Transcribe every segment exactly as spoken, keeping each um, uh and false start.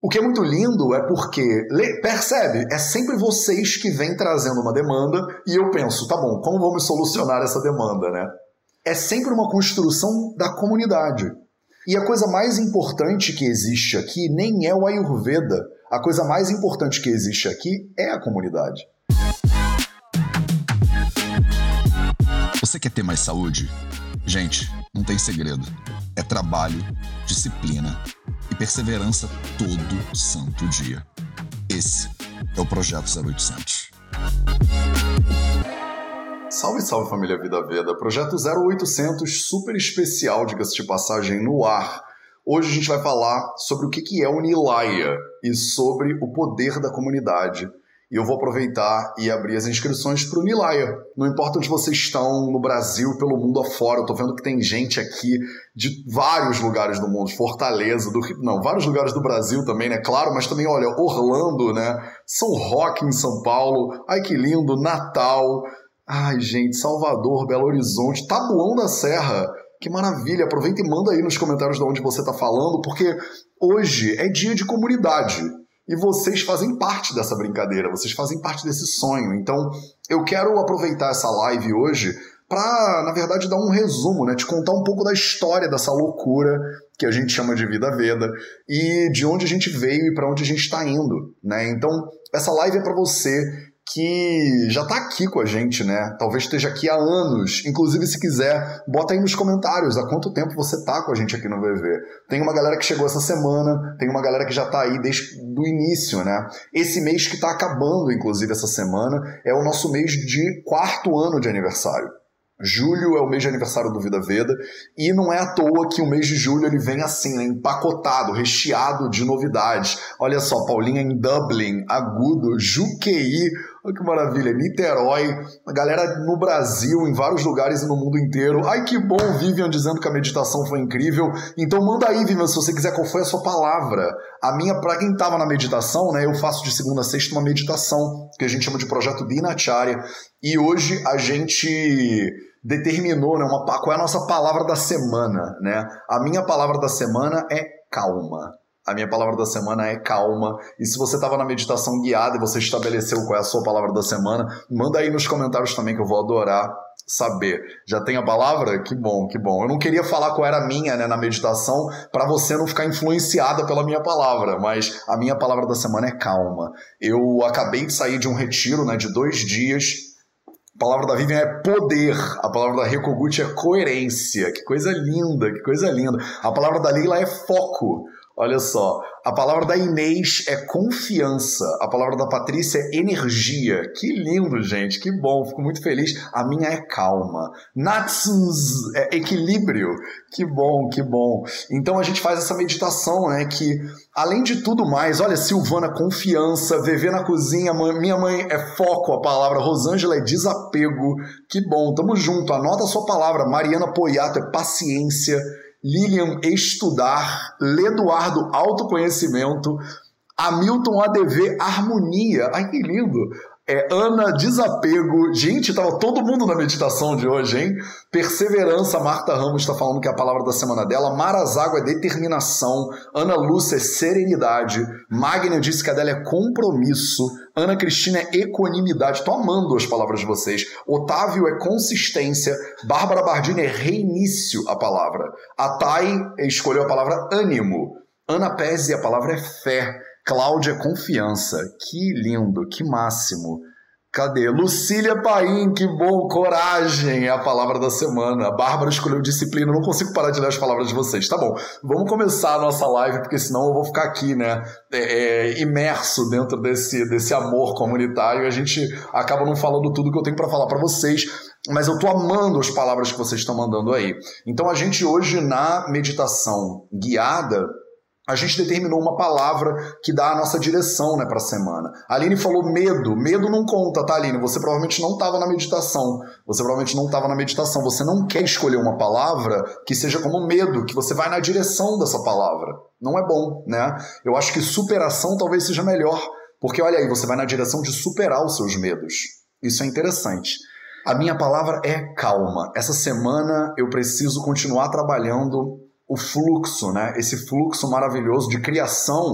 O que é muito lindo é porque, percebe, é sempre vocês que vêm trazendo uma demanda e eu penso, tá bom, como vamos solucionar essa demanda, né? É sempre uma construção da comunidade. E a coisa mais importante que existe aqui nem é o Ayurveda. A coisa mais importante que existe aqui é a comunidade. Você quer ter mais saúde? Gente, não tem segredo. É trabalho, disciplina e perseverança todo santo dia. Esse é o Projeto zero oitocentos. Salve, salve família Vida Veda. Projeto zero oitocentos, super especial, diga-se de passagem, no ar. Hoje a gente vai falar sobre o que é o Nilaya e sobre o poder da comunidade. E eu vou aproveitar e abrir as inscrições para o Nilaya. Não importa onde vocês estão, no Brasil, pelo mundo afora. Eu tô vendo que tem gente aqui de vários lugares do mundo. Fortaleza, do Rio... Não, vários lugares do Brasil também, né? Claro, mas também, olha, Orlando, né? São Roque em São Paulo. Ai, que lindo. Natal. Ai, gente, Salvador, Belo Horizonte. Taboão da Serra. Que maravilha. Aproveita e manda aí nos comentários de onde você tá falando, porque hoje é dia de comunidade. E vocês fazem parte dessa brincadeira, vocês fazem parte desse sonho. Então, eu quero aproveitar essa live hoje para, na verdade, dar um resumo, né? Te contar um pouco da história dessa loucura que a gente chama de Vida Veda e de onde a gente veio e para onde a gente está indo, né? Então, essa live é para você que já tá aqui com a gente, né? Talvez esteja aqui há anos. Inclusive, se quiser, bota aí nos comentários há quanto tempo você tá com a gente aqui no V V. Tem uma galera que chegou essa semana, tem uma galera que já tá aí desde o início, né? Esse mês que tá acabando, inclusive, essa semana, é o nosso mês de quarto ano de aniversário. Julho é o mês de aniversário do Vida Veda e não é à toa que o mês de julho ele vem assim, né, empacotado, recheado de novidades. Olha só, Paulinha em Dublin, Agudo, Juqueí, olha que maravilha, Niterói, a galera no Brasil, em vários lugares e no mundo inteiro. Ai, que bom, Vivian dizendo que a meditação foi incrível. Então manda aí, Vivian, se você quiser, qual foi a sua palavra. A minha, pra quem tava na meditação, né, eu faço de segunda a sexta uma meditação, que a gente chama de Projeto Dinacharya, e hoje a gente determinou, né, uma, qual é a nossa palavra da semana, né? A minha palavra da semana é calma. A minha palavra da semana é calma. E se você estava na meditação guiada e você estabeleceu qual é a sua palavra da semana, manda aí nos comentários também que eu vou adorar saber. Já tem a palavra? Que bom, que bom. Eu não queria falar qual era a minha, né, na meditação para você não ficar influenciada pela minha palavra, mas a minha palavra da semana é calma. Eu acabei de sair de um retiro, né, de dois dias. A palavra da Vivian é poder, a palavra da Rekoguchi é coerência. Que coisa linda, que coisa linda. A palavra da Leila é foco. Olha só, a palavra da Inês é confiança, a palavra da Patrícia é energia. Que lindo, gente, que bom, fico muito feliz. A minha é calma. Natsums é equilíbrio. Que bom, que bom. Então a gente faz essa meditação, né, que além de tudo mais, olha, Silvana, confiança, V V na cozinha, minha mãe é foco, a palavra Rosângela é desapego. Que bom, tamo junto, anota a sua palavra. Mariana Poiato é paciência. Lilian, estudar. Leduardo, autoconhecimento. Hamilton A D V, harmonia. Ai, que lindo. É, Ana, desapego. Gente, tava todo mundo na meditação de hoje, hein? Perseverança, Marta Ramos está falando que é a palavra da semana dela. Marazago é determinação. Ana Lúcia é serenidade. Magna disse que a dela é compromisso. Ana Cristina é equanimidade. Tô amando as palavras de vocês. Otávio é consistência. Bárbara Bardini é reinício, a palavra. A Thay escolheu a palavra ânimo. Ana Pezzi, a palavra é fé. Cláudia, confiança. Que lindo, que máximo. Cadê? Lucília Paim, que bom, coragem é a palavra da semana. A Bárbara escolheu disciplina, não consigo parar de ler as palavras de vocês. Tá bom, vamos começar a nossa live, porque senão eu vou ficar aqui, né, é, é, imerso dentro desse, desse amor comunitário e a gente acaba não falando tudo que eu tenho para falar para vocês. Mas eu tô amando as palavras que vocês estão mandando aí. Então a gente hoje na meditação guiada, a gente determinou uma palavra que dá a nossa direção, né, para a semana. A Aline falou medo. Medo não conta, tá, Aline? Você provavelmente não estava na meditação. Você provavelmente não estava na meditação. Você não quer escolher uma palavra que seja como medo, que você vai na direção dessa palavra. Não é bom, né? Eu acho que superação talvez seja melhor. Porque, olha aí, você vai na direção de superar os seus medos. Isso é interessante. A minha palavra é calma. Essa semana eu preciso continuar trabalhando o fluxo, né? Esse fluxo maravilhoso de criação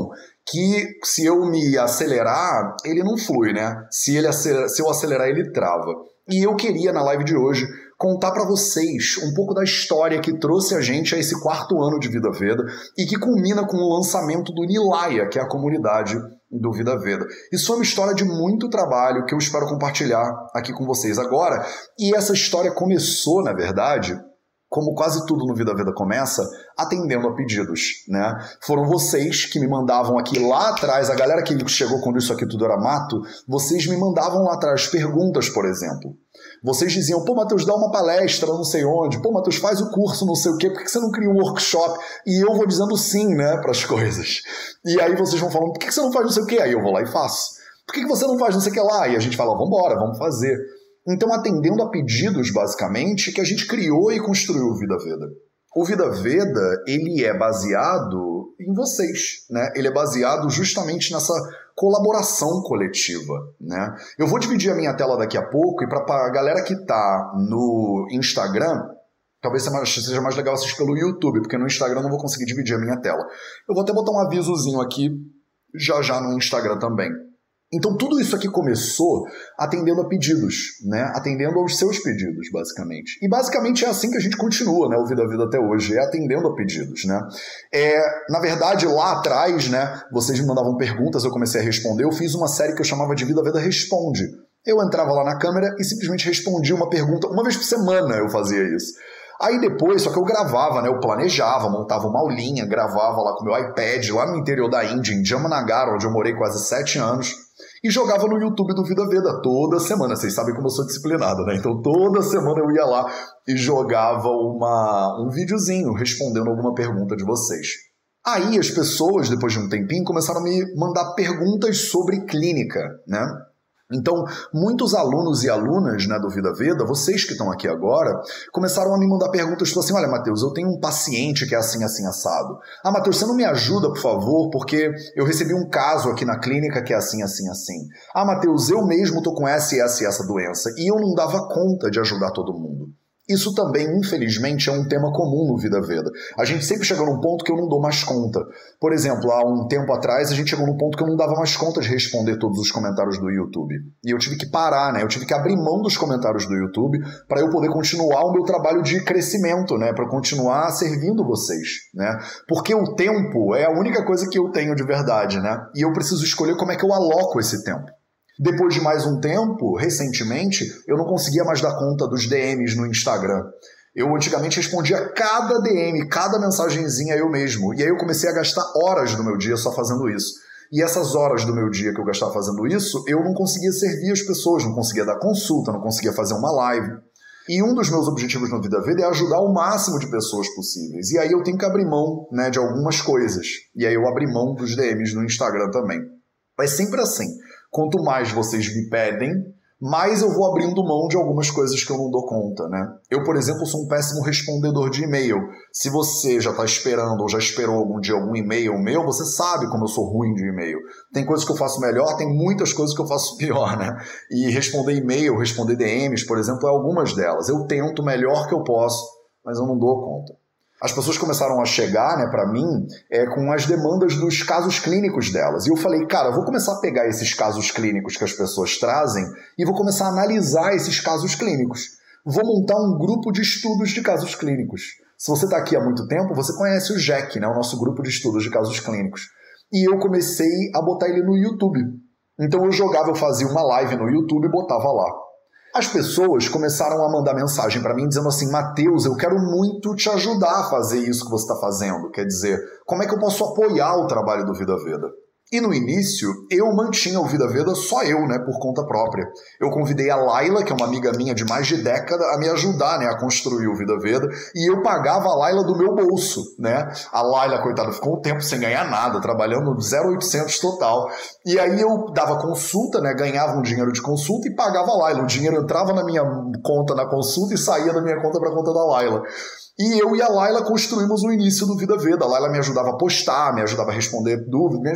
que se eu me acelerar, ele não flui, né? Se, ele acelera, se eu acelerar, ele trava. E eu queria, na live de hoje, contar para vocês um pouco da história que trouxe a gente a esse quarto ano de Vida Veda e que culmina com o lançamento do Nilaya, que é a comunidade do Vida Veda. Isso é uma história de muito trabalho que eu espero compartilhar aqui com vocês agora. E essa história começou, na verdade, como quase tudo no Vida Veda começa, atendendo a pedidos, né? Foram vocês que me mandavam aqui lá atrás, a galera que chegou quando isso aqui tudo era mato, vocês me mandavam lá atrás perguntas, por exemplo. Vocês diziam, pô, Matheus, dá uma palestra não sei onde, pô, Matheus, faz o curso não sei o quê, por que você não cria um workshop? E eu vou dizendo sim, né, para as coisas. E aí vocês vão falando, por que você não faz não sei o quê? Aí eu vou lá e faço. Por que você não faz não sei o que lá? E a gente fala, vambora, vamos fazer. Então, atendendo a pedidos, basicamente, que a gente criou e construiu o Vida Veda. O Vida Veda, ele é baseado em vocês, né? Ele é baseado justamente nessa colaboração coletiva, né? Eu vou dividir a minha tela daqui a pouco e para a galera que está no Instagram, talvez seja mais legal assistir pelo YouTube, porque no Instagram eu não vou conseguir dividir a minha tela. Eu vou até botar um avisozinho aqui já já no Instagram também. Então, tudo isso aqui começou atendendo a pedidos, né? Atendendo aos seus pedidos, basicamente. E, basicamente, é assim que a gente continua, né? O Vida Vida até hoje, é atendendo a pedidos, né? É, na verdade, lá atrás, né? Vocês me mandavam perguntas, eu comecei a responder. Eu fiz uma série que eu chamava de Vida Vida Responde. Eu entrava lá na câmera e simplesmente respondia uma pergunta. Uma vez por semana eu fazia isso. Aí depois, só que eu gravava, né? Eu planejava, montava uma aulinha, gravava lá com o meu iPad, lá no interior da Índia, em Jamnagar, onde eu morei quase sete anos. E jogava no YouTube do Vida Veda toda semana. Vocês sabem como eu sou disciplinado, né? Então toda semana eu ia lá e jogava uma, um videozinho respondendo alguma pergunta de vocês. Aí as pessoas, depois de um tempinho, começaram a me mandar perguntas sobre clínica, né? Então, muitos alunos e alunas, né, do Vida Veda, vocês que estão aqui agora, começaram a me mandar perguntas, tipo assim, olha, Matheus, eu tenho um paciente que é assim, assim, assado. Ah, Matheus, você não me ajuda, por favor, porque eu recebi um caso aqui na clínica que é assim, assim, assim. Ah, Matheus, eu mesmo tô com essa e essa e essa doença, e eu não dava conta de ajudar todo mundo. Isso também, infelizmente, é um tema comum no Vida Veda. A gente sempre chega num ponto que eu não dou mais conta. Por exemplo, há um tempo atrás, a gente chegou num ponto que eu não dava mais conta de responder todos os comentários do YouTube. E eu tive que parar, né? Eu tive que abrir mão dos comentários do YouTube para eu poder continuar o meu trabalho de crescimento, né? Para continuar servindo vocês, né? Porque o tempo é a única coisa que eu tenho de verdade, né? E eu preciso escolher como é que eu aloco esse tempo. Depois de mais um tempo, recentemente, eu não conseguia mais dar conta dos D Ms no Instagram. Eu antigamente respondia cada D M, cada mensagenzinha eu mesmo. E aí eu comecei a gastar horas do meu dia só fazendo isso. E essas horas do meu dia que eu gastava fazendo isso, eu não conseguia servir as pessoas, não conseguia dar consulta, não conseguia fazer uma live. E um dos meus objetivos no Vida Veda é ajudar o máximo de pessoas possíveis. E aí eu tenho que abrir mão, né, de algumas coisas. E aí eu abri mão dos D Ms no Instagram também. É sempre assim. Quanto mais vocês me pedem, mais eu vou abrindo mão de algumas coisas que eu não dou conta, né? Eu, por exemplo, sou um péssimo respondedor de e-mail. Se você já está esperando ou já esperou algum dia algum e-mail meu, você sabe como eu sou ruim de e-mail. Tem coisas que eu faço melhor, tem muitas coisas que eu faço pior, né? E responder e-mail, responder D Ms, por exemplo, é algumas delas. Eu tento o melhor que eu posso, mas eu não dou conta. As pessoas começaram a chegar, né, para mim é, com as demandas dos casos clínicos delas. E eu falei, cara, eu vou começar a pegar esses casos clínicos que as pessoas trazem e vou começar a analisar esses casos clínicos. Vou montar um grupo de estudos de casos clínicos. Se você está aqui há muito tempo, você conhece o J E C, né, o nosso grupo de estudos de casos clínicos. E eu comecei a botar ele no YouTube. Então eu jogava, eu fazia uma live no YouTube e botava lá. As pessoas começaram a mandar mensagem para mim dizendo assim, Matheus, eu quero muito te ajudar a fazer isso que você está fazendo. Quer dizer, como é que eu posso apoiar o trabalho do Vida Veda? E no início, eu mantinha o Vida Veda só eu, né, por conta própria. Eu convidei a Laila, que é uma amiga minha de mais de década, a me ajudar, né, a construir o Vida Veda, e eu pagava a Laila do meu bolso, né? A Laila, coitada, ficou um tempo sem ganhar nada, trabalhando zero vírgula oitocentos total. E aí eu dava consulta, né, ganhava um dinheiro de consulta e pagava a Laila. O dinheiro entrava na minha conta na consulta e saía da minha conta para a conta da Laila. E eu e a Laila construímos o início do Vida Veda. A Laila me ajudava a postar, me ajudava a responder dúvidas, me ajudava com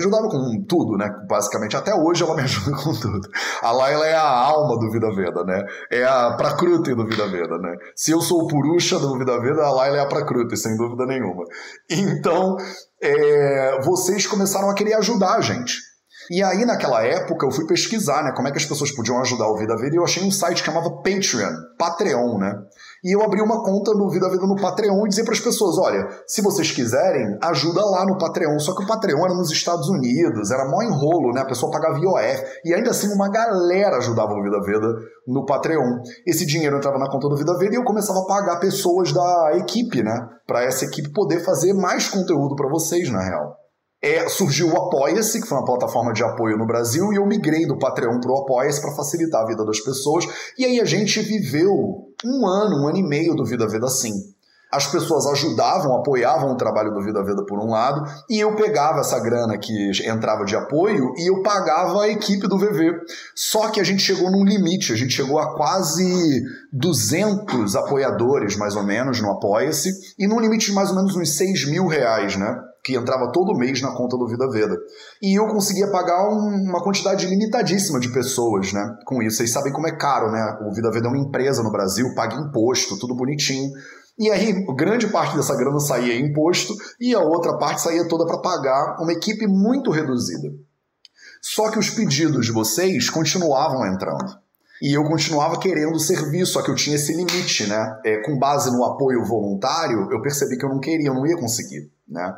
com tudo, né? Basicamente, até hoje ela me ajuda com tudo. A Laila é a alma do Vida Veda, né? É a Prakruti do Vida Veda, né? Se eu sou o Purusha do Vida Veda, a Laila é a Prakruti, sem dúvida nenhuma. Então, é, vocês começaram a querer ajudar a gente. E aí, naquela época, eu fui pesquisar, né, como é que as pessoas podiam ajudar o Vida Veda, e eu achei um site que chamava Patreon, Patreon, né? E eu abri uma conta do Vida Veda no Patreon e dizia para as pessoas, olha, se vocês quiserem, ajuda lá no Patreon. Só que o Patreon era nos Estados Unidos, era mó enrolo, né? A pessoa pagava I O F. E ainda assim, uma galera ajudava o Vida Veda no Patreon. Esse dinheiro entrava na conta do Vida Veda e eu começava a pagar pessoas da equipe, né? Para essa equipe poder fazer mais conteúdo para vocês, na real. É, surgiu o Apoia-se, que foi uma plataforma de apoio no Brasil, e eu migrei do Patreon para o Apoia-se para facilitar a vida das pessoas. E aí a gente viveu um ano, um ano e meio do Vida Veda assim. As pessoas ajudavam, apoiavam o trabalho do Vida Veda por um lado, e eu pegava essa grana que entrava de apoio e eu pagava a equipe do V V. Só que a gente chegou num limite, a gente chegou a quase duzentos apoiadores, mais ou menos, no Apoia-se, e num limite de mais ou menos uns seis mil reais, né? Que entrava todo mês na conta do Vida Veda. E eu conseguia pagar um, uma quantidade limitadíssima de pessoas, né, com isso. Vocês sabem como é caro, né? O Vida Veda é uma empresa no Brasil, paga imposto, tudo bonitinho. E aí, grande parte dessa grana saía em imposto e a outra parte saía toda para pagar uma equipe muito reduzida. Só que os pedidos de vocês continuavam entrando. E eu continuava querendo serviço, só que eu tinha esse limite, né? É, com base no apoio voluntário, eu percebi que eu não queria, eu não ia conseguir, né?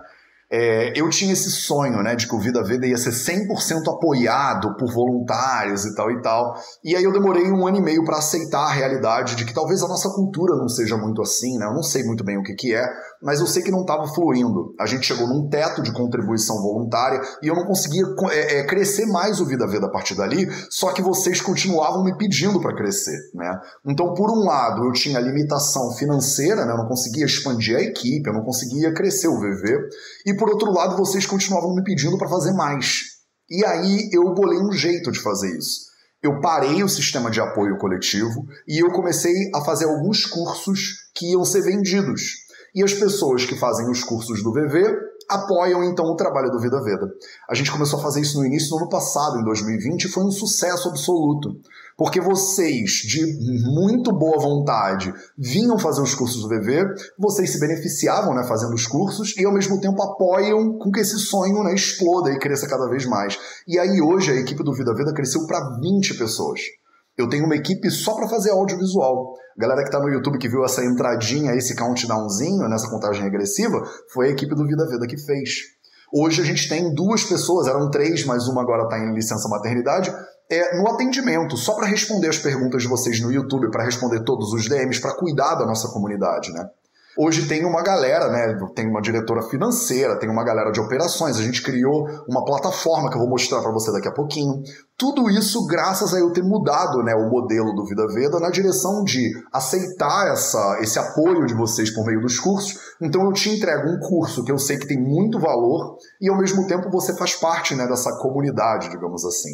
É, eu tinha esse sonho, né, de que o Vida Veda ia ser cem por cento apoiado por voluntários e tal e tal. E aí eu demorei um ano e meio para aceitar a realidade de que talvez a nossa cultura não seja muito assim, né? Eu não sei muito bem o que que é, mas eu sei que não estava fluindo. A gente chegou num teto de contribuição voluntária e eu não conseguia é, é, crescer mais o Vida Veda a partir dali, só que vocês continuavam me pedindo para crescer, né? Então, por um lado, eu tinha limitação financeira, né? Eu não conseguia expandir a equipe, eu não conseguia crescer o V V, e por outro lado, vocês continuavam me pedindo para fazer mais. E aí eu bolei um jeito de fazer isso. Eu parei o sistema de apoio coletivo e eu comecei a fazer alguns cursos que iam ser vendidos. E as pessoas que fazem os cursos do V V apoiam então o trabalho do Vida Veda. A gente começou a fazer isso no início do ano passado, em dois mil e vinte, e foi um sucesso absoluto. Porque vocês, de muito boa vontade, vinham fazer os cursos do V V, vocês se beneficiavam, né, fazendo os cursos e ao mesmo tempo apoiam com que esse sonho, né, exploda e cresça cada vez mais. E aí hoje a equipe do Vida Veda cresceu para vinte pessoas. Eu tenho uma equipe só para fazer audiovisual. A galera que está no YouTube que viu essa entradinha, esse countdownzinho, nessa contagem regressiva, foi a equipe do Vida Veda que fez. Hoje a gente tem duas pessoas, eram três, mas uma agora está em licença maternidade, é, no atendimento, só para responder as perguntas de vocês no YouTube, para responder todos os D Ms, para cuidar da nossa comunidade, né? Hoje tem uma galera, né? Tem uma diretora financeira, tem uma galera de operações, a gente criou uma plataforma que eu vou mostrar para você daqui a pouquinho. Tudo isso graças a eu ter mudado, né, o modelo do Vida Veda na direção de aceitar essa, esse apoio de vocês por meio dos cursos. Então eu te entrego um curso que eu sei que tem muito valor e ao mesmo tempo você faz parte, né, dessa comunidade, digamos assim.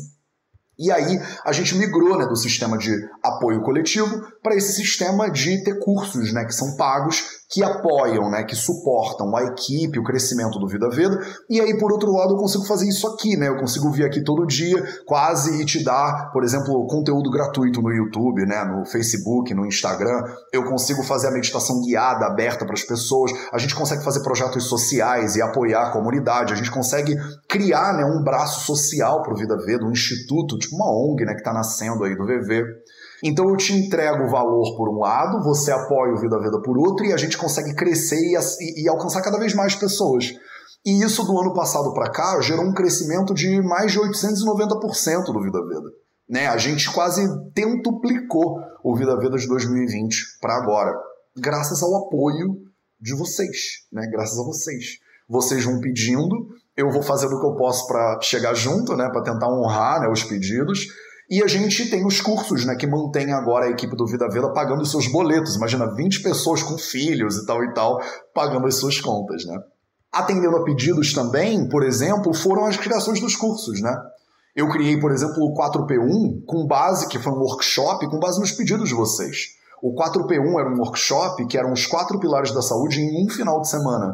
E aí a gente migrou, né, do sistema de apoio coletivo para esse sistema de ter cursos, né, que são pagos, que apoiam, né, que suportam a equipe, o crescimento do Vida Veda. E aí, por outro lado, eu consigo fazer isso aqui, né? Eu consigo vir aqui todo dia, quase, e te dar, por exemplo, conteúdo gratuito no YouTube, né, no Facebook, no Instagram. Eu consigo fazer a meditação guiada, aberta para as pessoas. A gente consegue fazer projetos sociais e apoiar a comunidade. A gente consegue criar, né, um braço social para o Vida Veda, um instituto, tipo uma O N G, né, que está nascendo aí do V V. Então eu te entrego o valor por um lado, você apoia o Vida Veda por outro e a gente consegue crescer e, e, e alcançar cada vez mais pessoas. E isso do ano passado para cá gerou um crescimento de mais de oitocentos e noventa por cento do Vida Veda. Né? A gente quase tentuplicou o Vida Veda de dois mil e vinte para agora, graças ao apoio de vocês, né? Graças a vocês. Vocês vão pedindo, eu vou fazendo o que eu posso para chegar junto, né? Para tentar honrar, né, os pedidos. E a gente tem os cursos, né, que mantém agora a equipe do Vida Veda pagando os seus boletos. Imagina, vinte pessoas com filhos e tal e tal, pagando as suas contas, né? Atendendo a pedidos também, por exemplo, foram as criações dos cursos, né? Eu criei, por exemplo, o quatro P um com base, que foi um workshop, com base nos pedidos de vocês. O quatro P um era um workshop que eram os quatro pilares da saúde em um final de semana.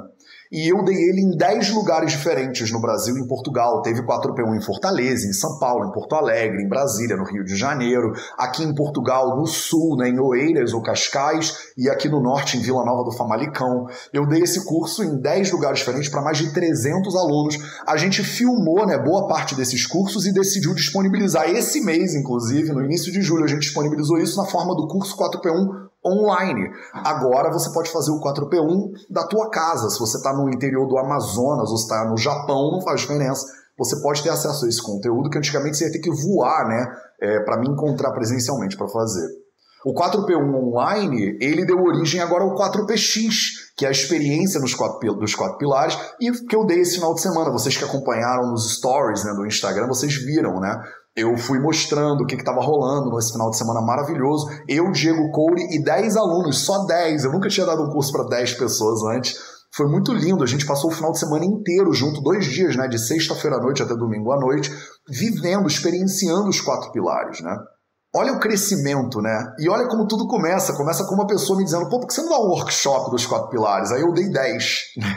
E eu dei ele em dez lugares diferentes no Brasil e em Portugal. Teve quatro P um em Fortaleza, em São Paulo, em Porto Alegre, em Brasília, no Rio de Janeiro. Aqui em Portugal, no sul, né, em Oeiras ou Cascais. E aqui no norte, em Vila Nova do Famalicão. Eu dei esse curso em dez lugares diferentes para mais de trezentos alunos. A gente filmou, né, boa parte desses cursos e decidiu disponibilizar esse mês, inclusive, no início de julho. A gente disponibilizou isso na forma do curso quatro P um online. Agora você pode fazer o quatro P um da tua casa. Se você está no interior do Amazonas ou está no Japão, não faz diferença. Você pode ter acesso a esse conteúdo que antigamente você ia ter que voar, né, é, para me encontrar presencialmente para fazer. O quatro P um online, ele deu origem agora ao quatro P X, que é a experiência nos quatro, dos quatro pilares, e que eu dei esse final de semana. Vocês que acompanharam nos stories, né, do Instagram, vocês viram, né? Eu fui mostrando o que estava rolando nesse final de semana maravilhoso. Eu, Diego Coure e dez alunos, só dez. Eu nunca tinha dado um curso para dez pessoas antes. Foi muito lindo. A gente passou o final de semana inteiro junto, dois dias, né, de sexta-feira à noite até domingo à noite, vivendo, experienciando os quatro pilares, né? Olha o crescimento, né? E olha como tudo começa. Começa com uma pessoa me dizendo, pô, por que você não dá um workshop dos quatro pilares? Aí eu dei dez.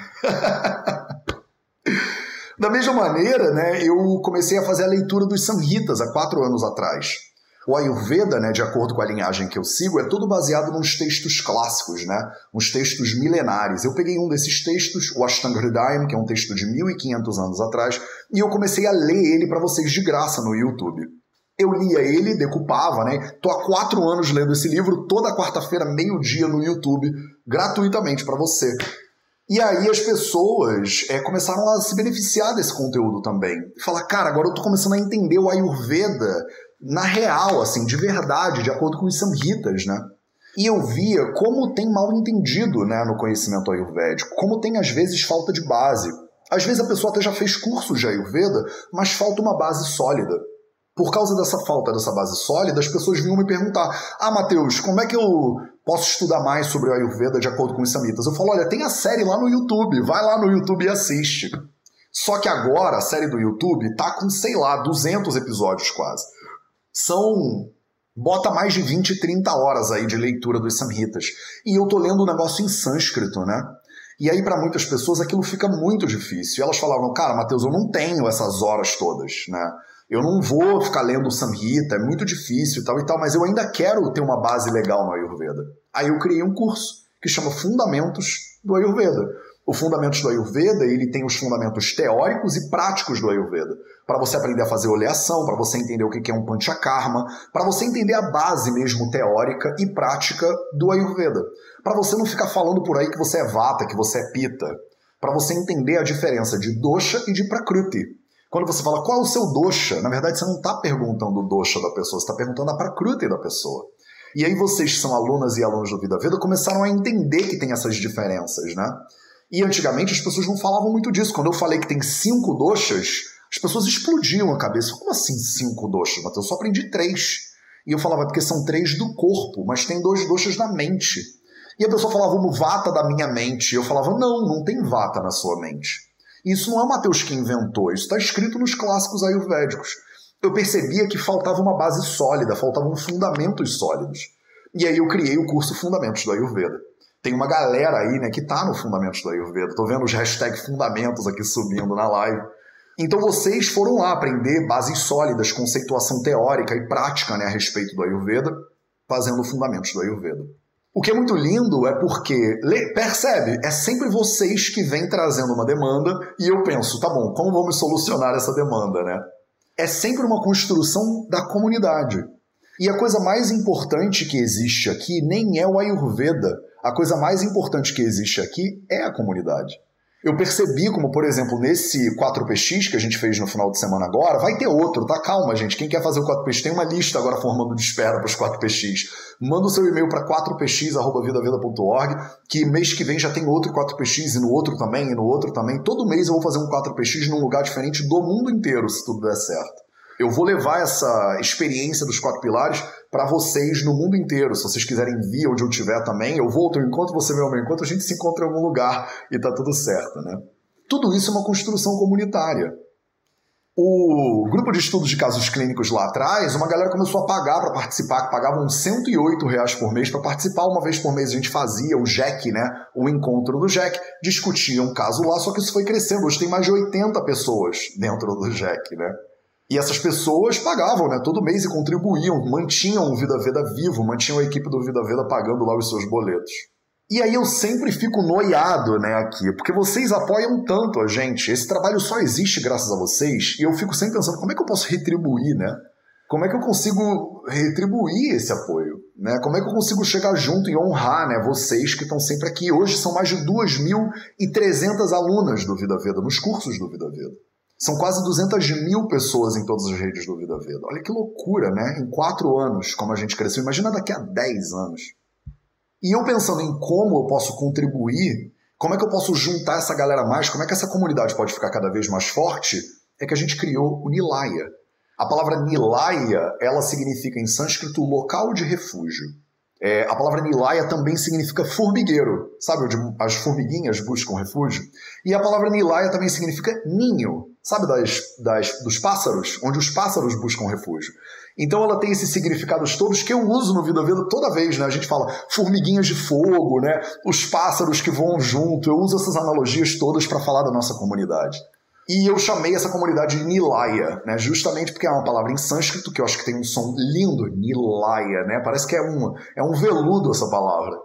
Da mesma maneira, né, eu comecei a fazer a leitura dos Samhitas há quatro anos atrás. O Ayurveda, né, de acordo com a linhagem que eu sigo, é todo baseado nos textos clássicos, né, uns textos milenares. Eu peguei um desses textos, o Ashtanga Hridayam, que é um texto de mil e quinhentos anos atrás, e eu comecei a ler ele para vocês de graça no YouTube. Eu lia ele, decupava, né? Tô há quatro anos lendo esse livro, toda quarta-feira, meio-dia no YouTube, gratuitamente para você. E aí as pessoas é, começaram a se beneficiar desse conteúdo também. Falar, cara, agora eu tô começando a entender o Ayurveda na real, assim, de verdade, de acordo com os Samhitas, né? E eu via como tem mal entendido, né, no conhecimento ayurvédico, como tem às vezes falta de base. Às vezes a pessoa até já fez cursos de Ayurveda, mas falta uma base sólida. Por causa dessa falta dessa base sólida, as pessoas vinham me perguntar, ah, Matheus, como é que eu posso estudar mais sobre o Ayurveda de acordo com os Samhitas? Eu falo, olha, tem a série lá no YouTube, vai lá no YouTube e assiste. Só que agora a série do YouTube tá com, sei lá, duzentos episódios quase. São, bota mais de vinte, trinta horas aí de leitura dos Samhitas. E eu tô lendo um negócio em sânscrito, né? E aí para muitas pessoas aquilo fica muito difícil. E elas falavam, cara, Matheus, eu não tenho essas horas todas, né? Eu não vou ficar lendo o Samhita, é muito difícil e tal e tal, mas eu ainda quero ter uma base legal no Ayurveda. Aí eu criei um curso que chama Fundamentos do Ayurveda. O Fundamentos do Ayurveda, ele tem os fundamentos teóricos e práticos do Ayurveda. Para você aprender a fazer oleação, para você entender o que é um Panchakarma, para você entender a base mesmo teórica e prática do Ayurveda. Para você não ficar falando por aí que você é Vata, que você é Pitta. Para você entender a diferença de Dosha e de Prakruti. Quando você fala qual é o seu dosha, na verdade você não está perguntando o dosha da pessoa, você está perguntando a prakruti da pessoa. E aí vocês que são alunas e alunos do Vida Veda começaram a entender que tem essas diferenças, né? E antigamente as pessoas não falavam muito disso. Quando eu falei que tem cinco doshas, as pessoas explodiam a cabeça. Como assim cinco doshas, Matheus? Eu só aprendi três. E eu falava, porque são três do corpo, mas tem dois doshas na mente. E a pessoa falava, o vata da minha mente. E eu falava, não, não tem vata na sua mente. Isso não é o Matheus que inventou, isso está escrito nos clássicos ayurvédicos. Eu percebia que faltava uma base sólida, faltavam fundamentos sólidos. E aí eu criei o curso Fundamentos do Ayurveda. Tem uma galera aí, né, que está no Fundamentos do Ayurveda. Estou vendo os hashtag Fundamentos aqui subindo na live. Então vocês foram lá aprender bases sólidas, conceituação teórica e prática, né, a respeito do Ayurveda, fazendo Fundamentos do Ayurveda. O que é muito lindo é porque, percebe, é sempre vocês que vêm trazendo uma demanda e eu penso, tá bom, como vamos solucionar essa demanda, né? É sempre uma construção da comunidade. E a coisa mais importante que existe aqui nem é o Ayurveda. A coisa mais importante que existe aqui é a comunidade. Eu percebi como, por exemplo, nesse quatro P X que a gente fez no final de semana agora, vai ter outro, tá? Calma, gente. Quem quer fazer o quatro P X, tem uma lista agora formando de espera para os quatro P X. Manda o seu e-mail para quatro p x arroba vida veda ponto org, que mês que vem já tem outro quatro P X, e no outro também, e no outro também. Todo mês eu vou fazer um quatro P X num lugar diferente do mundo inteiro, se tudo der certo. Eu vou levar essa experiência dos quatro pilares para vocês no mundo inteiro. Se vocês quiserem vir onde eu estiver também, eu vou ao teu encontro, você vem ao meu encontro, a gente se encontra em algum lugar e tá tudo certo, né? Tudo isso é uma construção comunitária. O grupo de estudos de casos clínicos lá atrás, uma galera começou a pagar para participar, que pagavam cento e oito reais por mês para participar. Uma vez por mês a gente fazia o J E C, né? O encontro do J E C, discutia um caso lá, só que isso foi crescendo. Hoje tem mais de oitenta pessoas dentro do J E C, né? E essas pessoas pagavam, né, todo mês e contribuíam, mantinham o Vida Veda vivo, mantinham a equipe do Vida Veda pagando lá os seus boletos. E aí eu sempre fico noiado, né, aqui, porque vocês apoiam tanto a gente, esse trabalho só existe graças a vocês, e eu fico sempre pensando, como é que eu posso retribuir, né? Como é que eu consigo retribuir esse apoio, né? Como é que eu consigo chegar junto e honrar, né, vocês que estão sempre aqui? Hoje são mais de duas mil e trezentas alunas do Vida Veda, nos cursos do Vida Veda. São quase duzentas mil pessoas em todas as redes do Vida Veda. Olha que loucura, né? Em quatro anos, como a gente cresceu. Imagina daqui a dez anos. E eu pensando em como eu posso contribuir, como é que eu posso juntar essa galera mais, como é que essa comunidade pode ficar cada vez mais forte, é que a gente criou o Nilaya. A palavra Nilaya, ela significa em sânscrito local de refúgio. É, a palavra Nilaya também significa formigueiro, sabe onde as formiguinhas buscam refúgio? E a palavra Nilaya também significa ninho, sabe das, das, dos pássaros, onde os pássaros buscam refúgio. Então ela tem esses significados todos que eu uso no Vida Veda toda vez, né? A gente fala formiguinhas de fogo, né? Os pássaros que voam junto, eu uso essas analogias todas para falar da nossa comunidade. E eu chamei essa comunidade de Nilaya, né? Justamente porque é uma palavra em sânscrito, que eu acho que tem um som lindo, Nilaya, né? Parece que é um, é um veludo essa palavra.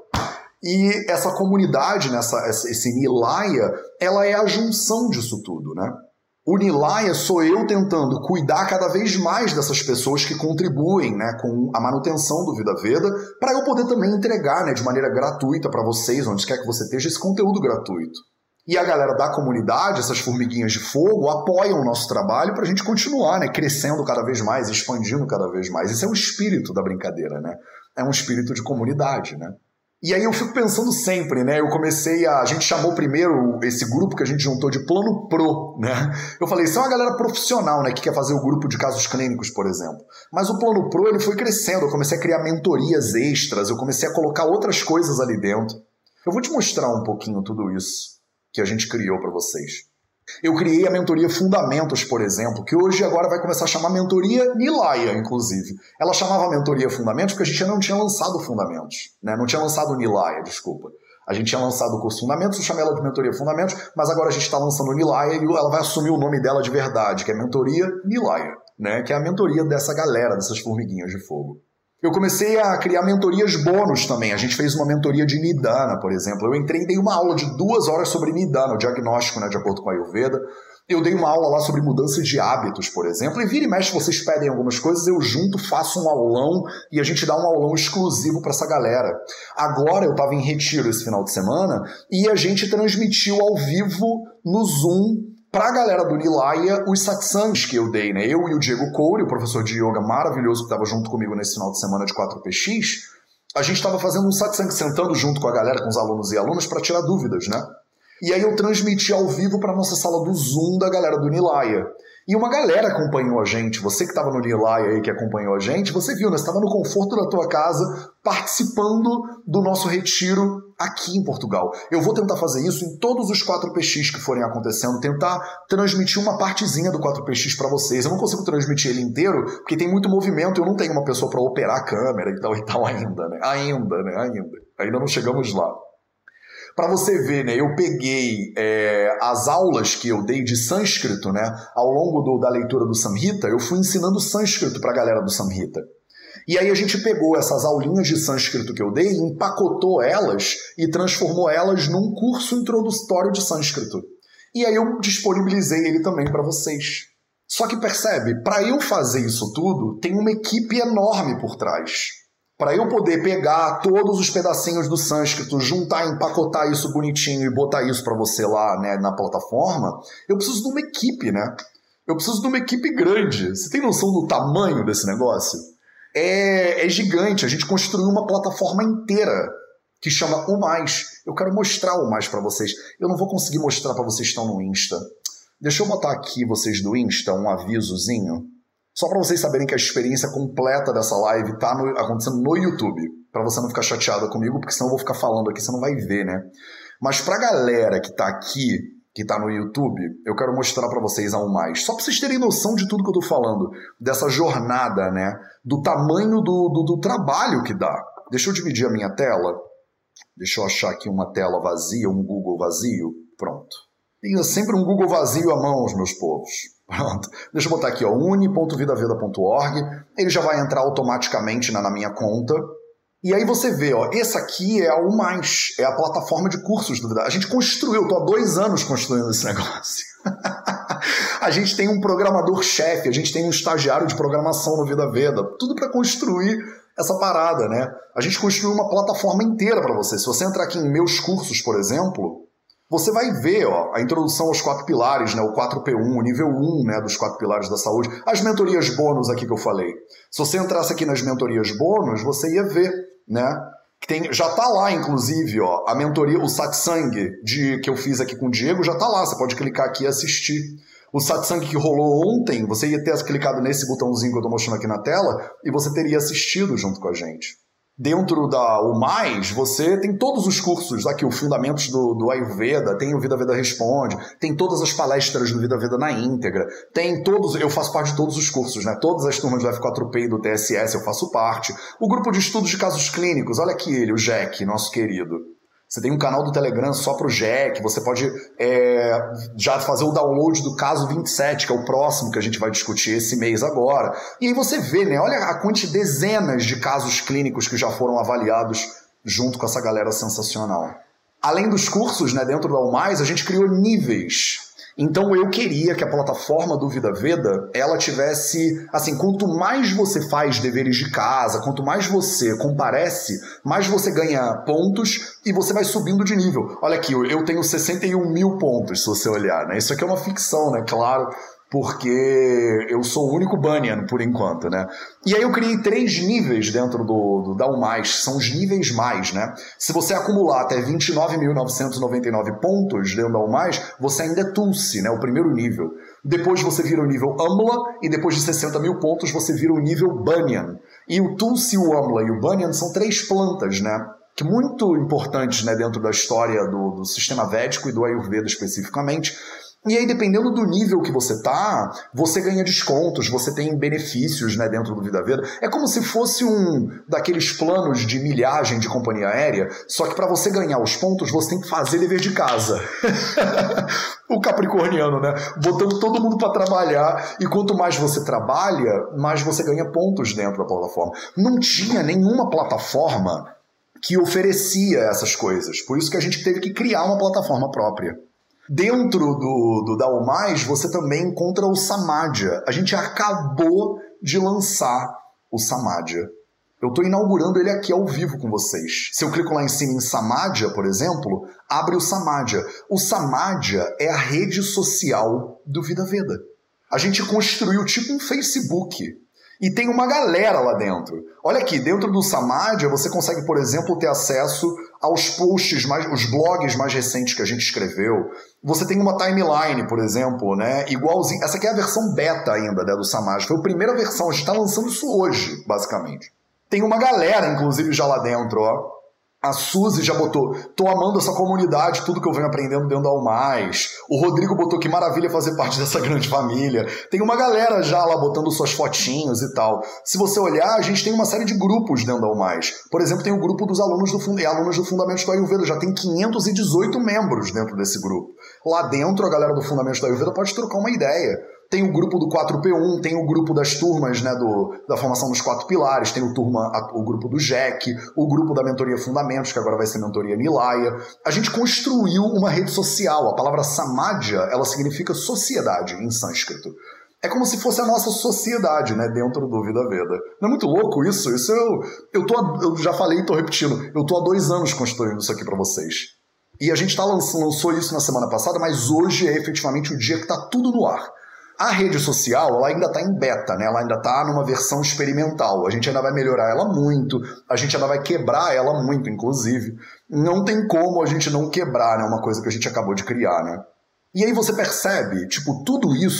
E essa comunidade, né? essa, esse Nilaya, ela é a junção disso tudo, né? O Nilaya sou eu tentando cuidar cada vez mais dessas pessoas que contribuem, né, com a manutenção do Vida Veda, para eu poder também entregar, né, de maneira gratuita para vocês, onde quer que você esteja, esse conteúdo gratuito. E a galera da comunidade, essas formiguinhas de fogo, apoiam o nosso trabalho para a gente continuar, né, crescendo cada vez mais, expandindo cada vez mais. Esse é o espírito da brincadeira, né? É um espírito de comunidade, né? E aí eu fico pensando sempre, né? Eu comecei a... A gente chamou primeiro esse grupo que a gente juntou de Plano Pro, né? Eu falei, isso é uma galera profissional, né? Que quer fazer o grupo de casos clínicos, por exemplo. Mas o Plano Pro, ele foi crescendo. Eu comecei a criar mentorias extras. Eu comecei a colocar outras coisas ali dentro. Eu vou te mostrar um pouquinho tudo isso que a gente criou para vocês. Eu criei a mentoria Fundamentos, por exemplo, que hoje agora vai começar a chamar mentoria Nilaya, inclusive. Ela chamava mentoria Fundamentos porque a gente ainda não tinha lançado Fundamentos, né? Não tinha lançado Nilaya, desculpa. A gente tinha lançado o curso Fundamentos, eu chamei ela de mentoria Fundamentos, mas agora a gente está lançando o Nilaya e ela vai assumir o nome dela de verdade, que é mentoria Nilaya, né? Que é a mentoria dessa galera, dessas formiguinhas de fogo. Eu comecei a criar mentorias bônus também. A gente fez uma mentoria de Nidana, por exemplo. Eu entrei e dei uma aula de duas horas sobre Nidana, o diagnóstico, né, de acordo com a Ayurveda. Eu dei uma aula lá sobre mudança de hábitos, por exemplo. E vira e mexe, vocês pedem algumas coisas, eu junto, faço um aulão e a gente dá um aulão exclusivo para essa galera. Agora eu estava em retiro esse final de semana e a gente transmitiu ao vivo no Zoom para a galera do Nilaya, os satsangs que eu dei, né? Eu e o Diego Coure, o professor de yoga maravilhoso que estava junto comigo nesse final de semana de quatro P X, a gente estava fazendo um satsang, sentando junto com a galera, com os alunos e alunas, para tirar dúvidas, né? E aí eu transmiti ao vivo para a nossa sala do Zoom da galera do Nilaya. E uma galera acompanhou a gente. Você que estava no Nilaya aí, que acompanhou a gente, você viu, né? Você estava no conforto da tua casa, participando do nosso retiro aqui em Portugal. Eu vou tentar fazer isso em todos os quatro P X que forem acontecendo, tentar transmitir uma partezinha do quatro P X para vocês. Eu não consigo transmitir ele inteiro, porque tem muito movimento, eu não tenho uma pessoa para operar a câmera e tal e tal ainda, né? Ainda, né? Ainda. Ainda não chegamos lá. Para você ver, né, eu peguei é, as aulas que eu dei de sânscrito, né, ao longo do, da leitura do Samhita, eu fui ensinando sânscrito para a galera do Samhita. E aí a gente pegou essas aulinhas de sânscrito que eu dei, empacotou elas e transformou elas num curso introdutório de sânscrito. E aí eu disponibilizei ele também para vocês. Só que percebe, para eu fazer isso tudo, tem uma equipe enorme por trás. Para eu poder pegar todos os pedacinhos do sânscrito, juntar, empacotar isso bonitinho e botar isso para você lá, né, na plataforma, eu preciso de uma equipe, né? Eu preciso de uma equipe grande. Você tem noção do tamanho desse negócio? É, é gigante. A gente construiu uma plataforma inteira que chama O Mais. Eu quero mostrar o Mais para vocês. Eu não vou conseguir mostrar para vocês que estão no Insta. Deixa eu botar aqui, vocês do Insta, um avisozinho. Só para vocês saberem que a experiência completa dessa live está acontecendo no YouTube. Para você não ficar chateada comigo, porque senão eu vou ficar falando aqui, você não vai ver, né? Mas para a galera que está aqui que está no YouTube, eu quero mostrar para vocês ao mais, só para vocês terem noção de tudo que eu estou falando, dessa jornada, né, do tamanho do, do, do trabalho que dá. Deixa eu dividir a minha tela, deixa eu achar aqui uma tela vazia, um Google vazio, pronto. Tenha sempre um Google vazio à mão, meus povos. Pronto. Deixa eu botar aqui, ó, uni ponto vidaveda ponto org, ele já vai entrar automaticamente na, na minha conta. E aí você vê, ó, essa aqui é a U mais, é a plataforma de cursos do Vida. A gente construiu, eu tô há dois anos construindo esse negócio. A gente tem um programador-chefe, a gente tem um estagiário de programação no Vida Veda, tudo para construir essa parada, né? A gente construiu uma plataforma inteira para você. Se você entrar aqui em meus cursos, por exemplo, você vai ver, ó, a introdução aos quatro pilares, né, o quatro P um, o nível um, né, dos quatro pilares da saúde, as mentorias bônus aqui que eu falei. Se você entrasse aqui nas mentorias bônus, você ia ver, né, que tem, já tá lá, inclusive, ó, a mentoria, o satsang de, que eu fiz aqui com o Diego já tá lá, você pode clicar aqui e assistir. O satsang que rolou ontem, você ia ter clicado nesse botãozinho que eu tô mostrando aqui na tela e você teria assistido junto com a gente. Dentro da U mais, você tem todos os cursos, aqui o Fundamentos do, do Ayurveda, tem o Vida Veda Responde, tem todas as palestras do Vida Veda na íntegra, tem todos, eu faço parte de todos os cursos, né? Todas as turmas do F quatro P e do T S S eu faço parte. O grupo de estudos de casos clínicos, olha aqui ele, o Jack, nosso querido. Você tem um canal do Telegram só para o Jack, você pode é, já fazer o download do caso vinte e sete, que é o próximo que a gente vai discutir esse mês agora. E aí você vê, né? Olha a quantidade, dezenas de casos clínicos que já foram avaliados junto com essa galera sensacional. Além dos cursos, né, dentro da U mais, a gente criou níveis. Então eu queria que a plataforma do Vida Veda, ela tivesse, assim, quanto mais você faz deveres de casa, quanto mais você comparece, mais você ganha pontos e você vai subindo de nível. Olha aqui, eu tenho sessenta e um mil pontos, se você olhar, né? Isso aqui é uma ficção, né? Claro, porque eu sou o único Banyan, por enquanto, né? E aí eu criei três níveis dentro do, do da U mais, são os níveis mais, né? Se você acumular até vinte e nove mil novecentos e noventa e nove pontos dentro da U mais, você ainda é Tulsi, né? O primeiro nível. Depois você vira o nível Amla, e depois de sessenta mil pontos você vira o nível Banyan. E o Tulsi, o Amla e o Banyan são três plantas, né? Que muito importantes, né, dentro da história do, do sistema védico e do Ayurveda especificamente. E aí, dependendo do nível que você tá, você ganha descontos, você tem benefícios, né, dentro do Vida Veda. É como se fosse um daqueles planos de milhagem de companhia aérea, só que para você ganhar os pontos, você tem que fazer dever de casa. O capricorniano, né? Botando todo mundo para trabalhar. E quanto mais você trabalha, mais você ganha pontos dentro da plataforma. Não tinha nenhuma plataforma que oferecia essas coisas. Por isso que a gente teve que criar uma plataforma própria. Dentro do, do da U mais, você também encontra o Samadhya. A gente acabou de lançar o Samadhya. Eu estou inaugurando ele aqui ao vivo com vocês. Se eu clico lá em cima em Samadhya, por exemplo, abre o Samadhya. O Samadhya é a rede social do Vida Veda. A gente construiu tipo um Facebook. E tem uma galera lá dentro. Olha aqui, dentro do Samadhya você consegue, por exemplo, ter acesso aos posts, mais, os blogs mais recentes que a gente escreveu. Você tem uma timeline, por exemplo, né? Igualzinho. Essa aqui é a versão beta ainda, né, do Samadhya. Foi a primeira versão, a gente está lançando isso hoje, basicamente. Tem uma galera, inclusive, já lá dentro, ó. A Suzy já botou, tô amando essa comunidade, tudo que eu venho aprendendo dentro da U mais. O Rodrigo botou, que maravilha fazer parte dessa grande família. Tem uma galera já lá botando suas fotinhos e tal. Se você olhar, a gente tem uma série de grupos dentro da U mais. Por exemplo, tem o grupo dos alunos do, fund... alunos do Fundamentos do Ayurveda. Já tem quinhentos e dezoito membros dentro desse grupo. Lá dentro, a galera do Fundamentos do Ayurveda pode trocar uma ideia. Tem o grupo do quatro P um, tem o grupo das turmas, né, do, da formação dos quatro pilares, tem o, turma, a, o grupo do Jack, o grupo da mentoria Fundamentos, que agora vai ser mentoria Nilaya. A gente construiu uma rede social. A palavra Samadhya, ela significa sociedade em sânscrito. É como se fosse a nossa sociedade, né, dentro do Vida Veda. Não é muito louco isso? Isso eu, eu, tô, eu já falei e estou repetindo. Eu estou há dois anos construindo isso aqui para vocês. E a gente tá lançando, lançou isso na semana passada, mas hoje é efetivamente o dia que está tudo no ar. A rede social, ela ainda está em beta, né? Ela ainda está numa versão experimental. A gente ainda vai melhorar ela muito, a gente ainda vai quebrar ela muito, inclusive. Não tem como a gente não quebrar, né? Uma coisa que a gente acabou de criar, né? E aí você percebe, tipo, tudo isso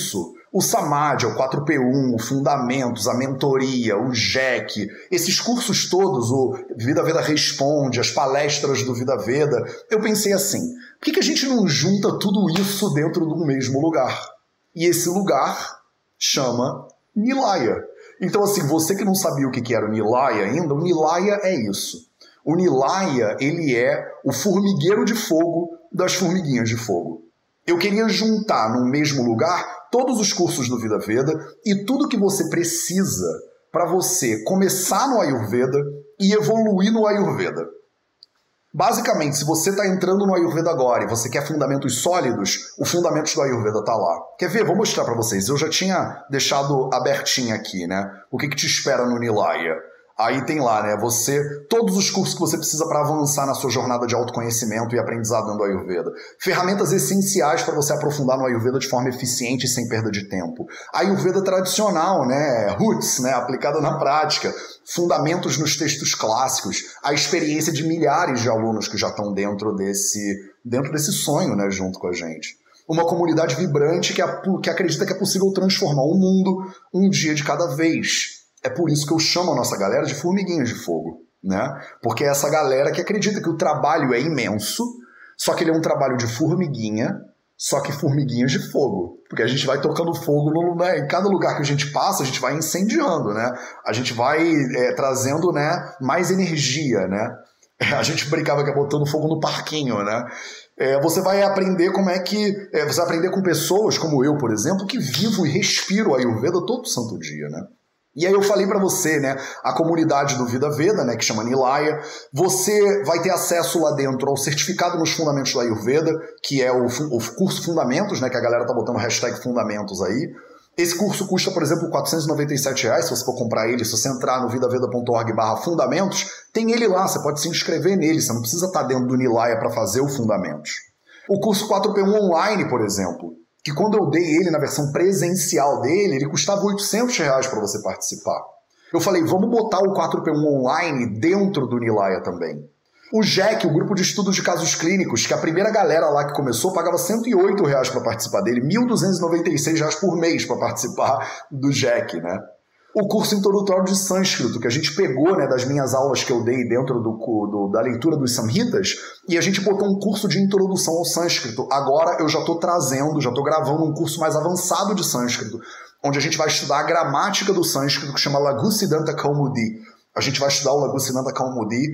O Samadhi, o quatro P um, o Fundamentos, a Mentoria, o J E C, esses cursos todos, o Vida Veda Responde, as palestras do Vida Veda, eu pensei assim, por que que a gente não junta tudo isso dentro de um mesmo lugar? E esse lugar chama Nilaya. Então, assim, você que não sabia o que era o Nilaya ainda, o Nilaya é isso. O Nilaya, ele é o formigueiro de fogo das formiguinhas de fogo. Eu queria juntar num mesmo lugar todos os cursos do Vida Veda e tudo que você precisa para você começar no Ayurveda e evoluir no Ayurveda. Basicamente, se você está entrando no Ayurveda agora e você quer fundamentos sólidos, o Fundamentos do Ayurveda está lá. Quer ver? Vou mostrar para vocês. Eu já tinha deixado abertinho aqui, né? O que, que te espera no Nilaya? Aí tem lá, né? Você, todos os cursos que você precisa para avançar na sua jornada de autoconhecimento e aprendizado no Ayurveda. Ferramentas essenciais para você aprofundar no Ayurveda de forma eficiente e sem perda de tempo. Ayurveda tradicional, né? Roots, né? Aplicada na prática. Fundamentos nos textos clássicos. A experiência de milhares de alunos que já estão dentro desse, dentro desse sonho, né? Junto com a gente. Uma comunidade vibrante que, que acredita que é possível transformar o mundo um dia de cada vez. É por isso que eu chamo a nossa galera de formiguinhas de fogo, né? Porque é essa galera que acredita que o trabalho é imenso, só que ele é um trabalho de formiguinha, só que formiguinhas de fogo. Porque a gente vai tocando fogo no, né? Em cada lugar que a gente passa, a gente vai incendiando, né? A gente vai é, trazendo, né, mais energia, né? A gente brincava que é botando fogo no parquinho, né? É, você vai aprender como é que... É, você vai aprender com pessoas como eu, por exemplo, que vivo e respiro a Ayurveda todo santo dia, né? E aí eu falei para você, né, a comunidade do Vida Veda, né, que chama Nilaya, você vai ter acesso lá dentro ao certificado nos fundamentos do Ayurveda, que é o, o curso Fundamentos, né, que a galera tá botando hashtag Fundamentos aí. Esse curso custa, por exemplo, quatrocentos e noventa e sete reais, se você for comprar ele, se você entrar no vidaveda ponto org barra fundamentos, tem ele lá, você pode se inscrever nele, você não precisa estar dentro do Nilaya para fazer o Fundamentos. O curso quatro P um Online, por exemplo, que quando eu dei ele na versão presencial dele, ele custava oitocentos reais para você participar. Eu falei, vamos botar o quatro P um Online dentro do Nilaya também. O J E C, o grupo de estudos de casos clínicos, que a primeira galera lá que começou pagava cento e oito reais para participar dele, mil duzentos e noventa e seis reais por mês para participar do J E C, né? O curso introdutório de sânscrito, que a gente pegou, né, das minhas aulas que eu dei dentro do, do, da leitura dos Samhitas, e a gente botou um curso de introdução ao sânscrito. Agora eu já estou trazendo, já estou gravando um curso mais avançado de sânscrito, onde a gente vai estudar a gramática do sânscrito, que chama Laghu Siddhanta Kaumudi. A gente vai estudar o Laghu Siddhanta Kaumudi,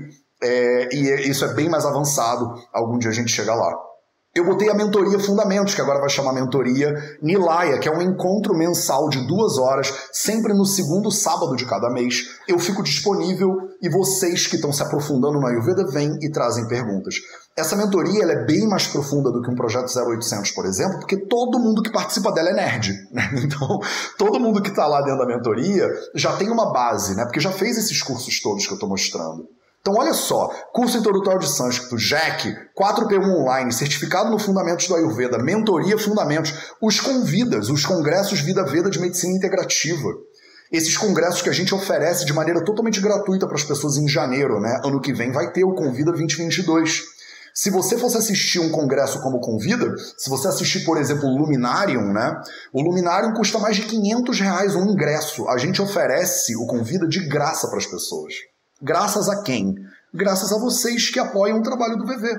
é, e isso é bem mais avançado, algum dia a gente chega lá. Eu botei a mentoria Fundamentos, que agora vai chamar mentoria Nilaya, que é um encontro mensal de duas horas, sempre no segundo sábado de cada mês. Eu fico disponível e vocês que estão se aprofundando no Ayurveda vêm e trazem perguntas. Essa mentoria ela é bem mais profunda do que um projeto zero oitocentos, por exemplo, porque todo mundo que participa dela é nerd, né? Então, todo mundo que está lá dentro da mentoria já tem uma base, né? Porque já fez esses cursos todos que eu estou mostrando. Então, olha só, curso introdutório de sânscrito, J E C, quatro P um Online, certificado no Fundamentos do Ayurveda, mentoria Fundamentos, os convidas, os congressos Vida Veda de Medicina Integrativa. Esses congressos que a gente oferece de maneira totalmente gratuita para as pessoas em janeiro, né? Ano que vem vai ter o Convida vinte e vinte e dois. Se você fosse assistir um congresso como Convida, se você assistir, por exemplo, o Luminarium, né? O Luminarium custa mais de quinhentos reais um ingresso. A gente oferece o Convida de graça para as pessoas. Graças a quem? Graças a vocês que apoiam o trabalho do V V.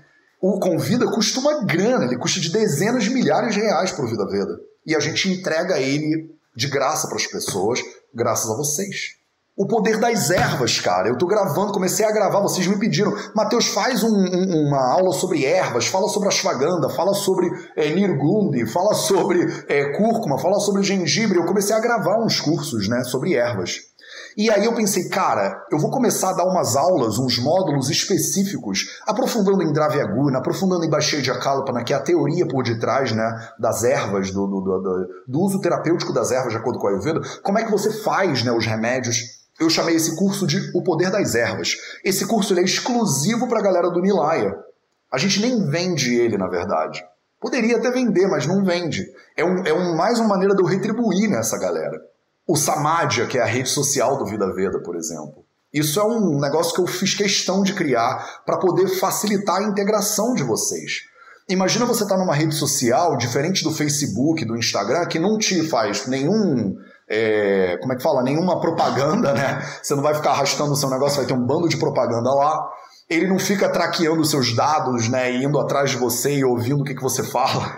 O Convida custa uma grana, ele custa de dezenas de milhares de reais para o Vida Veda. E a gente entrega ele de graça para as pessoas, graças a vocês. O poder das ervas, cara. Eu tô gravando, comecei a gravar, vocês me pediram, Matheus, faz um, um, uma aula sobre ervas, fala sobre ashwagandha, fala sobre é, nirgundi, fala sobre é, cúrcuma, fala sobre gengibre. Eu comecei a gravar uns cursos, né, sobre ervas. E aí eu pensei, cara, eu vou começar a dar umas aulas, uns módulos específicos, aprofundando em Dravyaguna, aprofundando em Vaisheshya Kalpana, que é a teoria por detrás, né, das ervas, do, do, do, do uso terapêutico das ervas de acordo com a Ayurveda. Como é que você faz, né, os remédios? Eu chamei esse curso de O Poder das Ervas. Esse curso ele é exclusivo para a galera do Nilaya. A gente nem vende ele, na verdade. Poderia até vender, mas não vende. É, um, é um, mais uma maneira de eu retribuir nessa galera. O Samadhi, que é a rede social do Vida Veda, por exemplo. Isso é um negócio que eu fiz questão de criar para poder facilitar a integração de vocês. Imagina você estar numa rede social, diferente do Facebook, do Instagram, que não te faz nenhum... É, como é que fala? Nenhuma propaganda, né? Você não vai ficar arrastando o seu negócio, vai ter um bando de propaganda lá. Ele não fica traqueando os seus dados, né? E indo atrás de você e ouvindo o que, que você fala.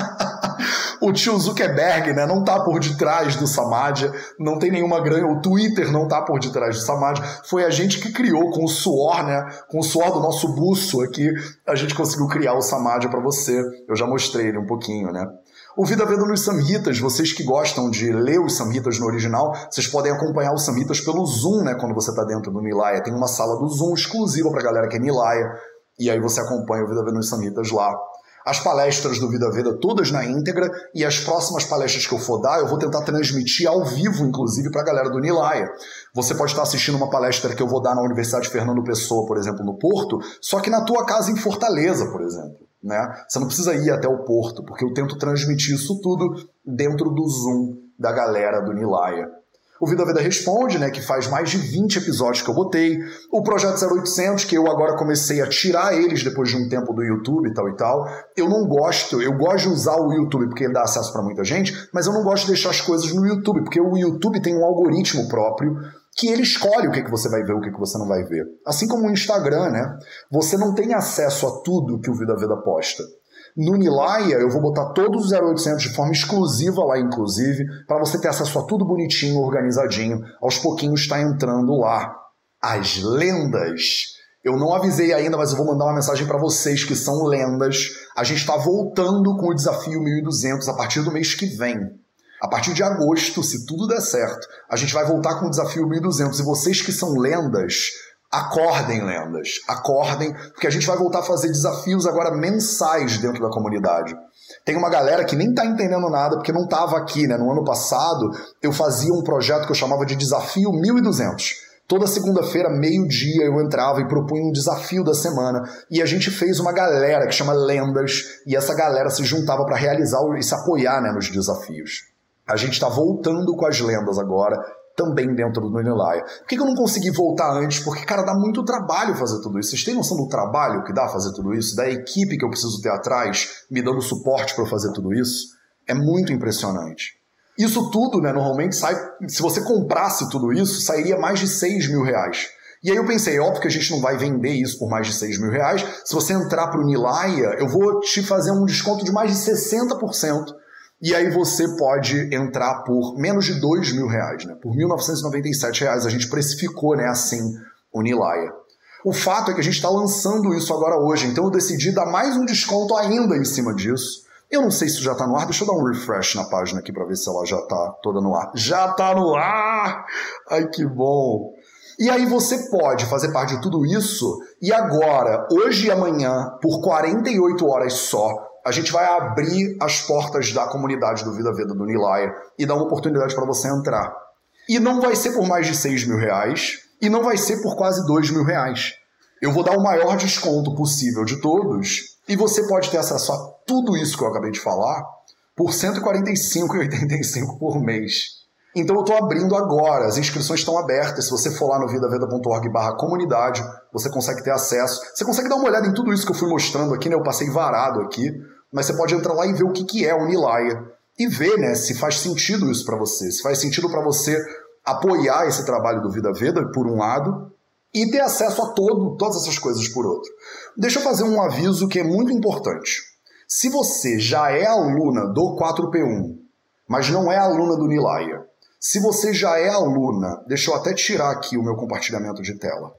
O tio Zuckerberg, né, não tá por detrás do Samadhi, não tem nenhuma grande... O Twitter não tá por detrás do Samadhi. Foi a gente que criou com o suor, né? Com o suor do nosso buço aqui, a gente conseguiu criar o Samadhi para você. Eu já mostrei ele um pouquinho, né? O Vida Veda nos Samhitas, vocês que gostam de ler os Samhitas no original, vocês podem acompanhar os Samhitas pelo Zoom, né? Quando você tá dentro do Nilaya. Tem uma sala do Zoom exclusiva pra galera que é Nilaya. E aí você acompanha o Vida Veda nos Samhitas lá. As palestras do Vida Veda todas na íntegra, e as próximas palestras que eu for dar, eu vou tentar transmitir ao vivo, inclusive, para a galera do Nilaya. Você pode estar assistindo uma palestra que eu vou dar na Universidade Fernando Pessoa, por exemplo, no Porto, só que na tua casa em Fortaleza, por exemplo. Né? Você não precisa ir até o Porto, porque eu tento transmitir isso tudo dentro do Zoom da galera do Nilaya. O Vida Veda Responde, né, que faz mais de vinte episódios que eu botei. O Projeto zero oitocentos, que eu agora comecei a tirar eles depois de um tempo do YouTube e tal e tal. Eu não gosto, eu gosto de usar o YouTube porque ele dá acesso para muita gente, mas eu não gosto de deixar as coisas no YouTube, porque o YouTube tem um algoritmo próprio que ele escolhe o que, que você vai ver, o que, que você não vai ver. Assim como o Instagram, né? Você não tem acesso a tudo que o Vida Veda posta. No Nilaya, eu vou botar todos os zero oitocentos de forma exclusiva lá, inclusive, para você ter acesso a tudo bonitinho, organizadinho. Aos pouquinhos está entrando lá. As lendas. Eu não avisei ainda, mas eu vou mandar uma mensagem para vocês que são lendas. A gente está voltando com o Desafio mil e duzentos a partir do mês que vem. A partir de agosto, se tudo der certo, a gente vai voltar com o Desafio mil e duzentos. E vocês que são lendas... Acordem, lendas, acordem, porque a gente vai voltar a fazer desafios agora mensais dentro da comunidade. Tem uma galera que nem tá entendendo nada, porque não tava aqui, né? No ano passado, eu fazia um projeto que eu chamava de Desafio mil e duzentos. Toda segunda-feira, meio-dia, eu entrava e propunha um desafio da semana. E a gente fez uma galera que chama Lendas, e essa galera se juntava para realizar e se apoiar, né, nos desafios. A gente tá voltando com as lendas agora, também dentro do Nilaya. Por que eu não consegui voltar antes? Porque, cara, dá muito trabalho fazer tudo isso. Vocês têm noção do trabalho que dá fazer tudo isso? Da equipe que eu preciso ter atrás, me dando suporte para fazer tudo isso? É muito impressionante. Isso tudo, né, normalmente sai... Se você comprasse tudo isso, sairia mais de seis mil reais. E aí eu pensei, óbvio que a gente não vai vender isso por mais de seis mil reais. Se você entrar para o Nilaya, eu vou te fazer um desconto de mais de sessenta por cento. E aí você pode entrar por menos de dois mil reais, né? Por mil novecentos e noventa e sete reais. A gente precificou, né, assim, o Nilaya. O fato é que a gente está lançando isso agora hoje, então eu decidi dar mais um desconto ainda em cima disso. Eu não sei se já está no ar, deixa eu dar um refresh na página aqui para ver se ela já está toda no ar. Já está no ar! Ai, que bom! E aí você pode fazer parte de tudo isso e agora, hoje e amanhã, por quarenta e oito horas só, a gente vai abrir as portas da comunidade do Vida Veda do Nilaya e dar uma oportunidade para você entrar. E não vai ser por mais de seis mil reais e não vai ser por quase dois mil reais. Eu vou dar o maior desconto possível de todos e você pode ter acesso a tudo isso que eu acabei de falar por cento e quarenta e cinco reais e oitenta e cinco centavos por mês. Então eu estou abrindo agora, as inscrições estão abertas. Se você for lá no vidaveda ponto org barra comunidade, você consegue ter acesso. Você consegue dar uma olhada em tudo isso que eu fui mostrando aqui, né? Eu passei varado aqui, mas você pode entrar lá e ver o que, que é o Nilaya. E ver, né, se faz sentido isso para você. Se faz sentido para você apoiar esse trabalho do Vida Veda, por um lado, e ter acesso a todo, todas essas coisas por outro. Deixa eu fazer um aviso que é muito importante. Se você já é aluna do quatro P um, mas não é aluna do Nilaya, se você já é aluna, deixa eu até tirar aqui o meu compartilhamento de tela.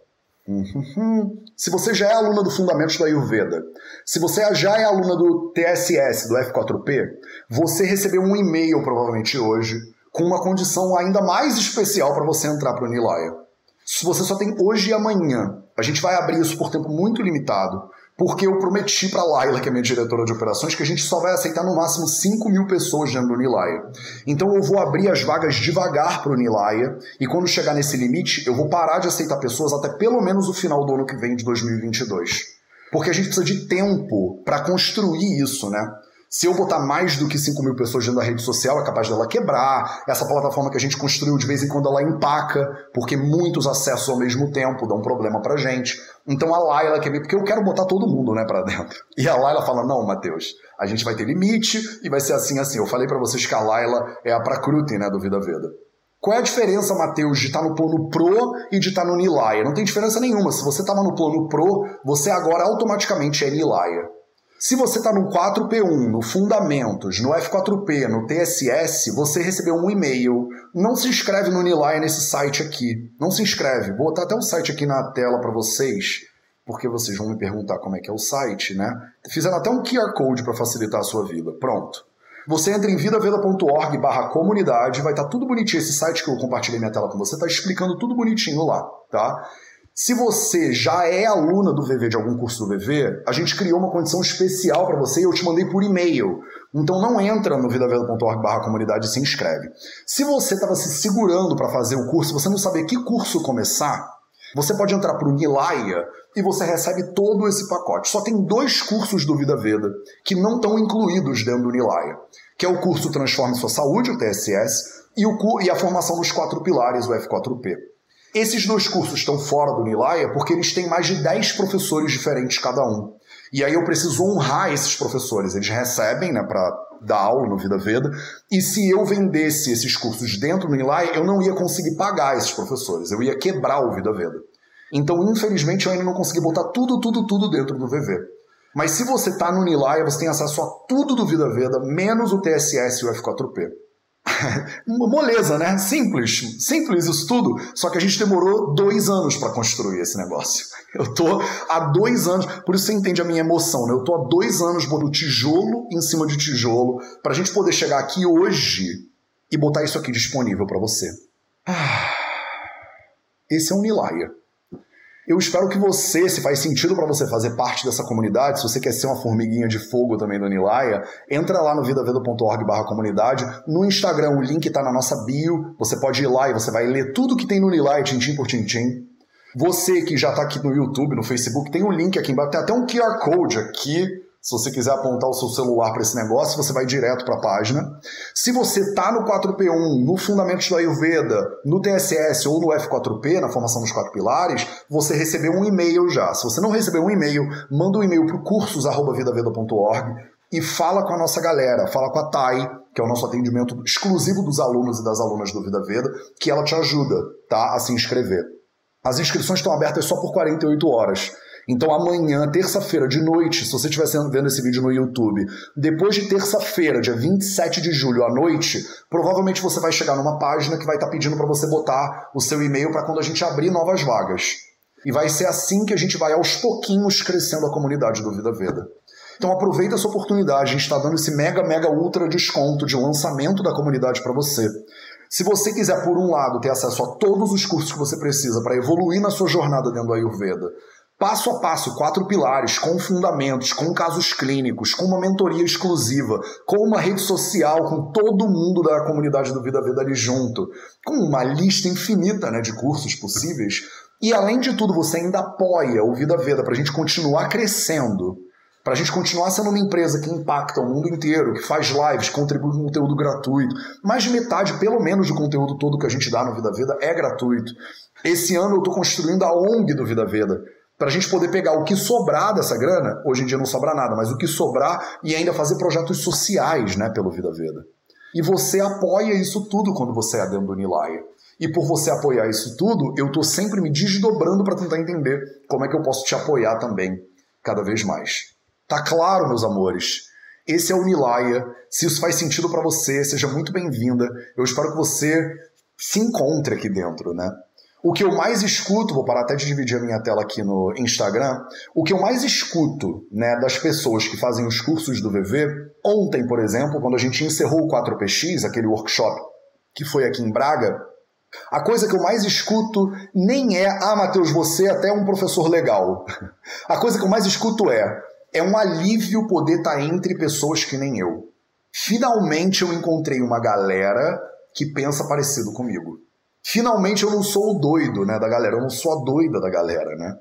Uhum. Se você já é aluna do Fundamentos da Ayurveda, se você já é aluna do T S S, do F quatro P, você recebeu um e-mail provavelmente hoje com uma condição ainda mais especial para você entrar para o Nilaya. Se você só tem hoje e amanhã, a gente vai abrir isso por tempo muito limitado, porque eu prometi para a Laila, que é minha diretora de operações, que a gente só vai aceitar no máximo cinco mil pessoas dentro do Nilaya. Então eu vou abrir as vagas devagar para o Nilaya, e quando chegar nesse limite, eu vou parar de aceitar pessoas até pelo menos o final do ano que vem, de dois mil e vinte e dois. Porque a gente precisa de tempo para construir isso, né? Se eu botar mais do que cinco mil pessoas dentro da rede social, é capaz dela quebrar. Essa plataforma que a gente construiu, de vez em quando, ela empaca, porque muitos acessos ao mesmo tempo dão problema pra gente. Então a Laila quer ver, porque eu quero botar todo mundo, né, pra dentro. E a Laila fala, não, Matheus, a gente vai ter limite e vai ser assim, assim. Eu falei pra vocês que a Laila é a Prakriti, né, do Vida Veda. Qual é a diferença, Matheus, de estar no plano Pro e de estar no Nilaya? Não tem diferença nenhuma. Se você estava no plano Pro, você agora automaticamente é Nilaya. Se você está no quatro P um, no Fundamentos, no F quatro P, no T S S, você recebeu um e-mail. Não se inscreve no Nilaya nesse site aqui. Não se inscreve. Vou botar até um site aqui na tela para vocês, porque vocês vão me perguntar como é que é o site, né? Fizeram até um Q R Code para facilitar a sua vida. Pronto. Você entra em vidaveda.org barra comunidade, vai estar tudo bonitinho. Esse site que eu compartilhei minha tela com você está explicando tudo bonitinho lá, tá? Se você já é aluna do V V, de algum curso do V V, a gente criou uma condição especial para você e eu te mandei por e-mail. Então não entra no vidaveda.org barra comunidade e se inscreve. Se você estava se segurando para fazer o curso, você não sabia que curso começar, você pode entrar para o Nilaya e você recebe todo esse pacote. Só tem dois cursos do Vida Veda que não estão incluídos dentro do Nilaya, que é o curso Transforme Sua Saúde, o T S S, e, o, e a formação dos quatro pilares, o F quatro P. Esses dois cursos estão fora do Nilaya porque eles têm mais de dez professores diferentes cada um. E aí eu preciso honrar esses professores. Eles recebem, né, para dar aula no Vida Veda. E se eu vendesse esses cursos dentro do Nilaya, eu não ia conseguir pagar esses professores. Eu ia quebrar o Vida Veda. Então, infelizmente, eu ainda não consegui botar tudo, tudo, tudo dentro do V V. Mas se você está no Nilaya, você tem acesso a tudo do Vida Veda, menos o T S S e o F quatro P. Moleza, né? Simples. Simples isso tudo. Só que a gente demorou dois anos para construir esse negócio. Eu tô há dois anos, por isso você entende a minha emoção, né? Eu tô há dois anos botando tijolo em cima de tijolo pra gente poder chegar aqui hoje e botar isso aqui disponível para você. Esse é o Nilaya. Eu espero que você, se faz sentido para você fazer parte dessa comunidade, se você quer ser uma formiguinha de fogo também do Nilaya, entra lá no vidaveda.org barra comunidade. No Instagram, o link está na nossa bio. Você pode ir lá e você vai ler tudo que tem no Nilaya, tintim por tintim. Você que já está aqui no YouTube, no Facebook, tem um link aqui embaixo. Tem até um Q R Code aqui. Se você quiser apontar o seu celular para esse negócio, você vai direto para a página. Se você está no quatro P um, no Fundamentos do Ayurveda, no T S S ou no F quatro P, na formação dos quatro pilares, você recebeu um e-mail já. Se você não recebeu um e-mail, manda um e-mail para o cursos arroba vidaveda ponto org e fala com a nossa galera. Fala com a Thay, que é o nosso atendimento exclusivo dos alunos e das alunas do Vida Veda, que ela te ajuda, tá, a se inscrever. As inscrições estão abertas só por quarenta e oito horas. Então amanhã, terça-feira de noite, se você estiver vendo esse vídeo no YouTube, depois de terça-feira, dia vinte e sete de julho à noite, provavelmente você vai chegar numa página que vai estar pedindo para você botar o seu e-mail para quando a gente abrir novas vagas. E vai ser assim que a gente vai aos pouquinhos crescendo a comunidade do Vida Veda. Então aproveita essa oportunidade, a gente está dando esse mega, mega, ultra desconto de lançamento da comunidade para você. Se você quiser, por um lado, ter acesso a todos os cursos que você precisa para evoluir na sua jornada dentro do Ayurveda, passo a passo, quatro pilares, com fundamentos, com casos clínicos, com uma mentoria exclusiva, com uma rede social, com todo mundo da comunidade do Vida Veda ali junto, com uma lista infinita, né, de cursos possíveis. E além de tudo, você ainda apoia o Vida Veda para a gente continuar crescendo, para a gente continuar sendo uma empresa que impacta o mundo inteiro, que faz lives, contribui com conteúdo gratuito. Mais de metade, pelo menos, do conteúdo todo que a gente dá no Vida Veda é gratuito. Esse ano eu estou construindo a O N G do Vida Veda, para a gente poder pegar o que sobrar dessa grana. Hoje em dia não sobra nada, mas o que sobrar e ainda fazer projetos sociais, né, pelo Vida Veda. E você apoia isso tudo quando você é dentro do Nilaya. E por você apoiar isso tudo, eu estou sempre me desdobrando para tentar entender como é que eu posso te apoiar também, cada vez mais. Tá claro, meus amores? Esse é o Nilaya. Se isso faz sentido para você, seja muito bem-vinda. Eu espero que você se encontre aqui dentro, né? O que eu mais escuto, vou parar até de dividir a minha tela aqui no Instagram, o que eu mais escuto, né, das pessoas que fazem os cursos do V V, ontem, por exemplo, quando a gente encerrou o quatro P X, aquele workshop que foi aqui em Braga, a coisa que eu mais escuto nem é, ah, Matheus, você é até um professor legal. A coisa que eu mais escuto é, é um alívio poder estar entre pessoas que nem eu. Finalmente eu encontrei uma galera que pensa parecido comigo. Finalmente eu não sou o doido, né, da galera, eu não sou a doida da galera, né?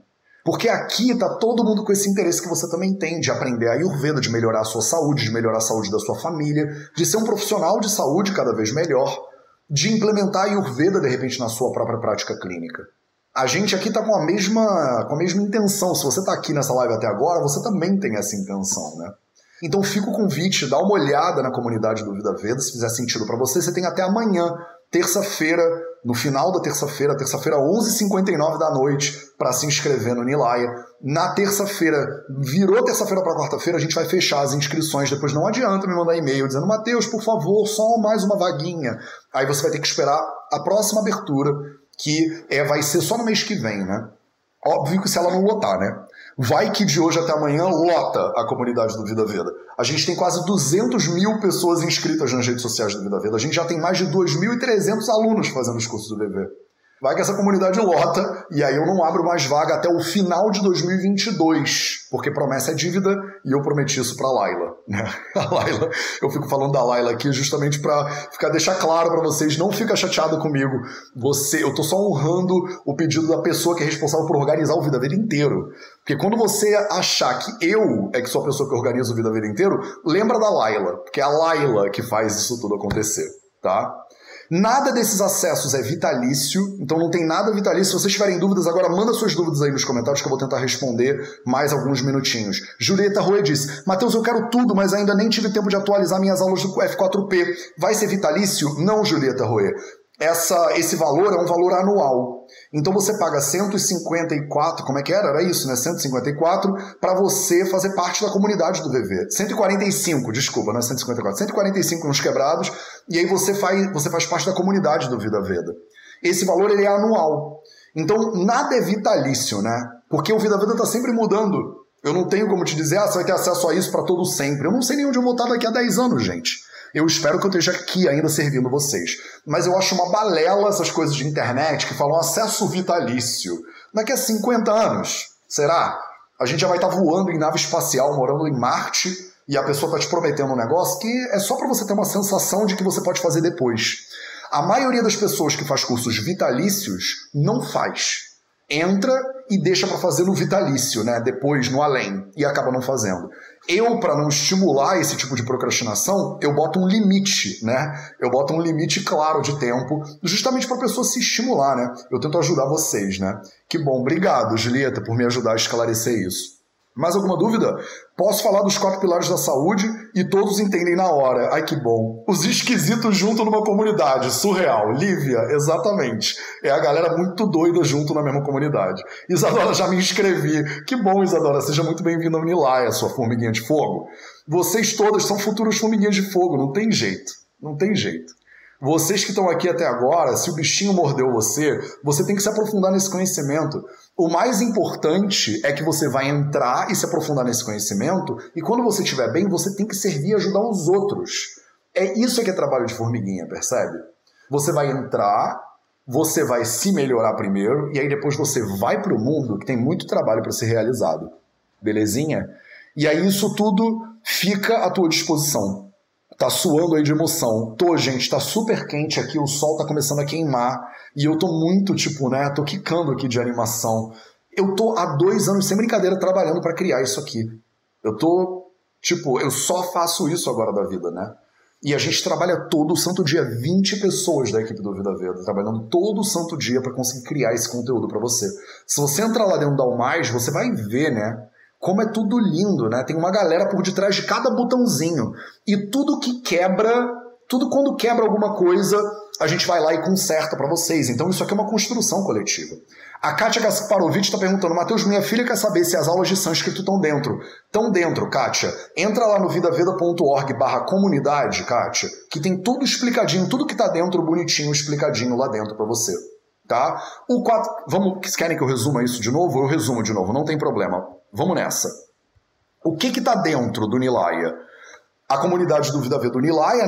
Porque aqui tá todo mundo com esse interesse que você também tem, de aprender a Ayurveda, de melhorar a sua saúde, de melhorar a saúde da sua família, de ser um profissional de saúde cada vez melhor, de implementar a Ayurveda, de repente, na sua própria prática clínica. A gente aqui tá com a mesma, com a mesma intenção. Se você tá aqui nessa live até agora, você também tem essa intenção, né? Então fica o convite, dá uma olhada na comunidade do Vida Veda, se fizer sentido para você. Você tem até amanhã, terça-feira, no final da terça-feira, terça-feira, onze e cinquenta e nove da noite, para se inscrever no Nilaya. Na terça-feira, virou terça-feira para quarta-feira, a gente vai fechar as inscrições. Depois não adianta me mandar e-mail dizendo: Matheus, por favor, só mais uma vaguinha. Aí você vai ter que esperar a próxima abertura, que é, vai ser só no mês que vem, né? Óbvio que se ela não lotar, né? Vai que de hoje até amanhã lota a comunidade do Vida Veda. A gente tem quase duzentas mil pessoas inscritas nas redes sociais do Vida Veda. A gente já tem mais de dois mil e trezentos alunos fazendo os cursos do V V. Vai que essa comunidade lota, e aí eu não abro mais vaga até o final de dois mil e vinte e dois, porque promessa é dívida, e eu prometi isso pra Laila. Né? A Laila, eu fico falando da Laila aqui justamente pra ficar, deixar claro pra vocês, não fica chateado comigo. Você, eu tô só honrando o pedido da pessoa que é responsável por organizar o Vida Veda inteiro. Porque quando você achar que eu é que sou a pessoa que organiza o Vida Veda inteiro, lembra da Laila, porque é a Laila que faz isso tudo acontecer, tá? Nada desses acessos é vitalício, então não tem nada vitalício. Se vocês tiverem dúvidas, agora manda suas dúvidas aí nos comentários que eu vou tentar responder mais alguns minutinhos. Julieta Roe disse: Matheus, eu quero tudo, mas ainda nem tive tempo de atualizar minhas aulas do F quatro P. Vai ser vitalício? Não, Julieta Roe. Essa, esse valor é um valor anual. Então você paga cento e cinquenta e quatro, como é que era? Era isso, né? cento e cinquenta e quatro para você fazer parte da comunidade do V V. cento e quarenta e cinco, desculpa, não é cento e cinquenta e quatro. cento e quarenta e cinco nos quebrados, e aí você faz, você faz parte da comunidade do Vida Veda. Esse valor ele é anual. Então nada é vitalício, né? Porque o Vida Veda está sempre mudando. Eu não tenho como te dizer, ah, você vai ter acesso a isso para todo sempre. Eu não sei nem onde eu vou estar daqui a dez anos, gente. Eu espero que eu esteja aqui ainda servindo vocês. Mas eu acho uma balela essas coisas de internet que falam acesso vitalício. Daqui a cinquenta anos, será? A gente já vai estar voando em nave espacial, morando em Marte, e a pessoa está te prometendo um negócio que é só para você ter uma sensação de que você pode fazer depois. A maioria das pessoas que faz cursos vitalícios não faz. Entra e deixa para fazer no vitalício, né? Depois, no além, e acaba não fazendo. Eu, para não estimular esse tipo de procrastinação, eu boto um limite, né? Eu boto um limite claro de tempo, justamente para a pessoa se estimular, né? Eu tento ajudar vocês, né? Que bom, obrigado, Julieta, por me ajudar a esclarecer isso. Mais alguma dúvida? Posso falar dos quatro pilares da saúde e todos entendem na hora. Ai, que bom. Os esquisitos junto numa comunidade. Surreal. Lívia, exatamente. É a galera muito doida junto na mesma comunidade. Isadora, já me inscrevi. Que bom, Isadora. Seja muito bem-vinda ao Nilaya, sua formiguinha de fogo. Vocês todas são futuras formiguinhas de fogo. Não tem jeito. Não tem jeito. Vocês que estão aqui até agora, se o bichinho mordeu você, você tem que se aprofundar nesse conhecimento. O mais importante é que você vai entrar e se aprofundar nesse conhecimento, e quando você estiver bem, você tem que servir e ajudar os outros. É isso que é trabalho de formiguinha, percebe? Você vai entrar, você vai se melhorar primeiro, e aí depois você vai para o mundo, que tem muito trabalho para ser realizado. Belezinha? E aí isso tudo fica à tua disposição. Tá suando aí de emoção. Tô, gente, tá super quente aqui, o sol tá começando a queimar. E eu tô muito, tipo, né, tô quicando aqui de animação. Eu tô há dois anos, sem brincadeira, trabalhando pra criar isso aqui. Eu tô, tipo, eu só faço isso agora da vida, né? E a gente trabalha todo o santo dia, vinte pessoas da equipe do Vida Veda, trabalhando todo o santo dia pra conseguir criar esse conteúdo pra você. Se você entrar lá dentro do Ao Mais, você vai ver, né? Como é tudo lindo, né? Tem uma galera por detrás de cada botãozinho. E tudo que quebra, tudo quando quebra alguma coisa, a gente vai lá e conserta para vocês. Então isso aqui é uma construção coletiva. A Kátia Gasparovic está perguntando: Matheus, minha filha quer saber se as aulas de sânscrito estão dentro. Estão dentro, Kátia. Entra lá no vidaveda ponto org barra comunidade, Kátia, que tem tudo explicadinho, tudo que está dentro, bonitinho, explicadinho lá dentro para você. Tá? O quatro... Vamos... Querem que eu resuma isso de novo? Eu resumo de novo, não tem problema. Vamos nessa. O que está dentro do Nilaya? A comunidade do Vida Veda do Nilaya, né?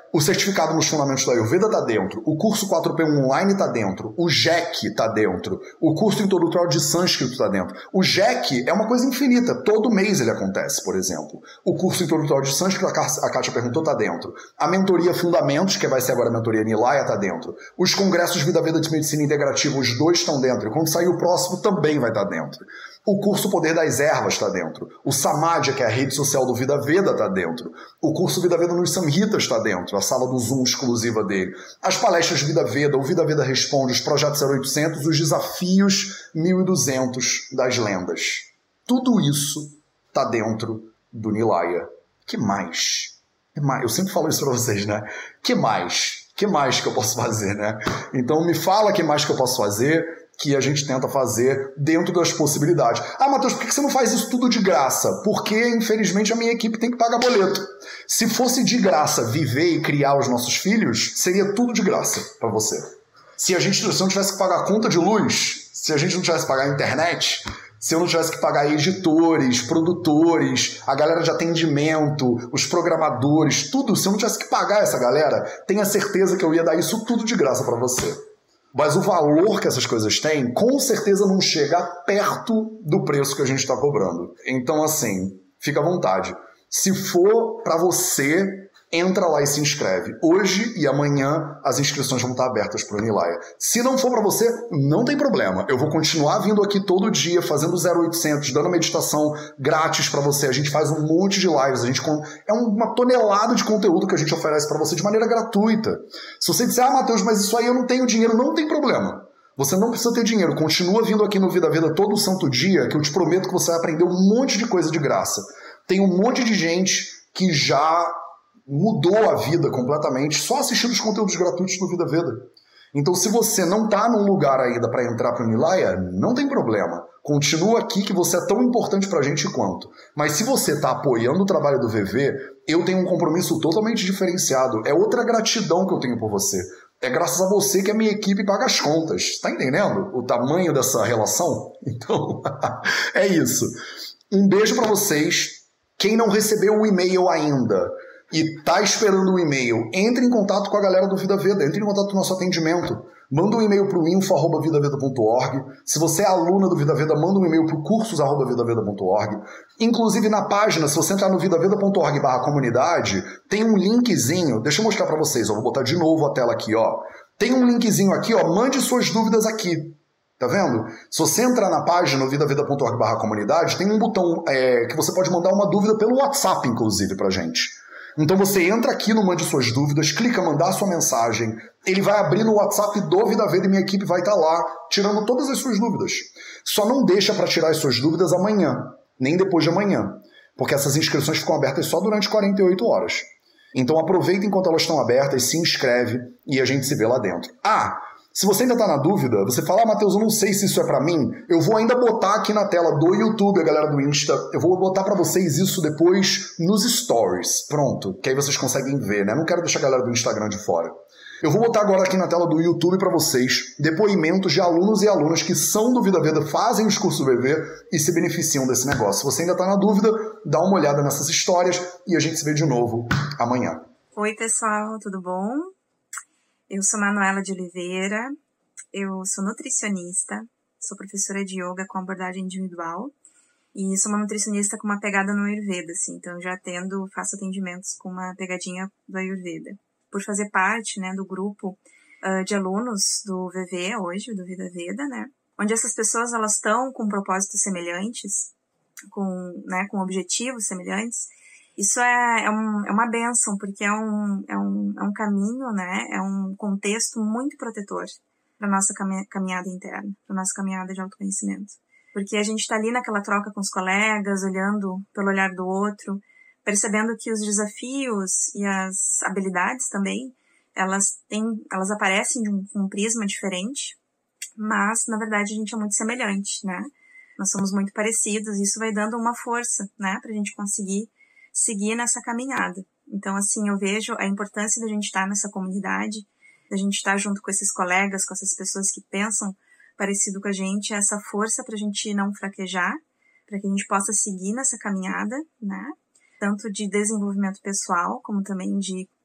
O certificado nos fundamentos da Ayurveda está dentro, o curso quatro P um online está dentro, o J E C está dentro, o curso introdutório de sânscrito está dentro. O J E C é uma coisa infinita, todo mês ele acontece, por exemplo. O curso introdutório de sânscrito, a Kátia perguntou, está dentro. A mentoria Fundamentos, que vai ser agora a mentoria Nilaya, está dentro. Os congressos Vida Veda de Medicina Integrativa, os dois estão dentro. E quando sair o próximo, também vai estar dentro. O curso Poder das Ervas está dentro. O Samadhya, que é a rede social do Vida Veda, está dentro. O curso Vida Veda nos Samhitas está dentro, a sala do Zoom exclusiva dele. As palestras Vida Veda, o Vida Veda Responde, os projetos zero oitocentos, os desafios mil e duzentos das lendas. Tudo isso está dentro do Nilaya. Que mais? Que mais? Eu sempre falo isso para vocês, né? Que mais? Que mais que eu posso fazer, né? Então me fala que mais que eu posso fazer, que a gente tenta fazer dentro das possibilidades. Ah, Matheus, por que você não faz isso tudo de graça? Porque, infelizmente, a minha equipe tem que pagar boleto. Se fosse de graça viver e criar os nossos filhos, seria tudo de graça para você. Se a gente se não tivesse que pagar a conta de luz, se a gente não tivesse que pagar a internet, se eu não tivesse que pagar editores, produtores, a galera de atendimento, os programadores, tudo, se eu não tivesse que pagar essa galera, tenha certeza que eu ia dar isso tudo de graça para você. Mas o valor que essas coisas têm, com certeza não chega perto do preço que a gente está cobrando. Então, assim, fica à vontade. Se for para você, entra lá e se inscreve. Hoje e amanhã as inscrições vão estar abertas para o Nilaya. Se não for para você, não tem problema. Eu vou continuar vindo aqui todo dia, fazendo zero oitocentos, dando meditação grátis para você. A gente faz um monte de lives. A gente É uma tonelada de conteúdo que a gente oferece para você de maneira gratuita. Se você disser, ah, Matheus, mas isso aí eu não tenho dinheiro, não tem problema. Você não precisa ter dinheiro. Continua vindo aqui no Vida Veda todo santo dia, que eu te prometo que você vai aprender um monte de coisa de graça. Tem um monte de gente que já mudou a vida completamente só assistindo os conteúdos gratuitos do Vida Veda. Então, se você não está num lugar ainda para entrar para o Nilaya, não tem problema. Continua aqui que você é tão importante para a gente quanto. Mas se você está apoiando o trabalho do V V, eu tenho um compromisso totalmente diferenciado. É outra gratidão que eu tenho por você. É graças a você que a minha equipe paga as contas. Tá entendendo o tamanho dessa relação? Então, é isso. Um beijo para vocês. Quem não recebeu o e-mail ainda e tá esperando o e-mail, entre em contato com a galera do Vida Veda, entre em contato com o nosso atendimento. Manda um e-mail para o info arroba vidaveda ponto org. Se você é aluna do Vida Veda, manda um e-mail para o cursos arroba vidaveda ponto org. Inclusive na página, se você entrar no vidaveda ponto org barra comunidade, tem um linkzinho, deixa eu mostrar para vocês, ó, vou botar de novo a tela aqui, ó. Tem um linkzinho aqui, ó, mande suas dúvidas aqui. Tá vendo? Se você entrar na página vidaveda ponto org barra comunidade, tem um botão é, que você pode mandar uma dúvida pelo WhatsApp, inclusive, pra gente. Então você entra aqui no Mande Suas Dúvidas, clica mandar sua mensagem, ele vai abrir no WhatsApp do Vida Veda e minha equipe vai estar lá, tirando todas as suas dúvidas. Só não deixa para tirar as suas dúvidas amanhã, nem depois de amanhã, porque essas inscrições ficam abertas só durante quarenta e oito horas. Então aproveita enquanto elas estão abertas, se inscreve e a gente se vê lá dentro. Ah, se você ainda está na dúvida, você fala, ah, Matheus, eu não sei se isso é para mim, eu vou ainda botar aqui na tela do YouTube, a galera do Insta, eu vou botar para vocês isso depois nos stories, pronto, que aí vocês conseguem ver, né? Não quero deixar a galera do Instagram de fora. Eu vou botar agora aqui na tela do YouTube para vocês depoimentos de alunos e alunas que são do Vida Veda, fazem os cursos do V V e se beneficiam desse negócio. Se você ainda está na dúvida, dá uma olhada nessas histórias e a gente se vê de novo amanhã. Oi, pessoal, tudo bom? Eu sou Manuela de Oliveira, eu sou nutricionista, sou professora de yoga com abordagem individual e sou uma nutricionista com uma pegada no Ayurveda, assim, então já atendo, faço atendimentos com uma pegadinha do Ayurveda. Por fazer parte, né, do grupo uh, de alunos do V V hoje, do Vida Veda, né, onde essas pessoas elas estão com propósitos semelhantes, com, né, com objetivos semelhantes. Isso é, é, um, é uma bênção, porque é um, é, um, é um caminho, né? É um contexto muito protetor para a nossa caminhada interna, para a nossa caminhada de autoconhecimento. Porque a gente está ali naquela troca com os colegas, olhando pelo olhar do outro, percebendo que os desafios e as habilidades também, elas, têm, elas aparecem de um, um prisma diferente, mas, na verdade, a gente é muito semelhante, né? Nós somos muito parecidos e isso vai dando uma força, né? Para a gente conseguir seguir nessa caminhada. Então, assim, eu vejo a importância da gente estar nessa comunidade, da gente estar junto com esses colegas, com essas pessoas que pensam parecido com a gente, essa força para a gente não fraquejar, para que a gente possa seguir nessa caminhada, né? Tanto de desenvolvimento pessoal, como também de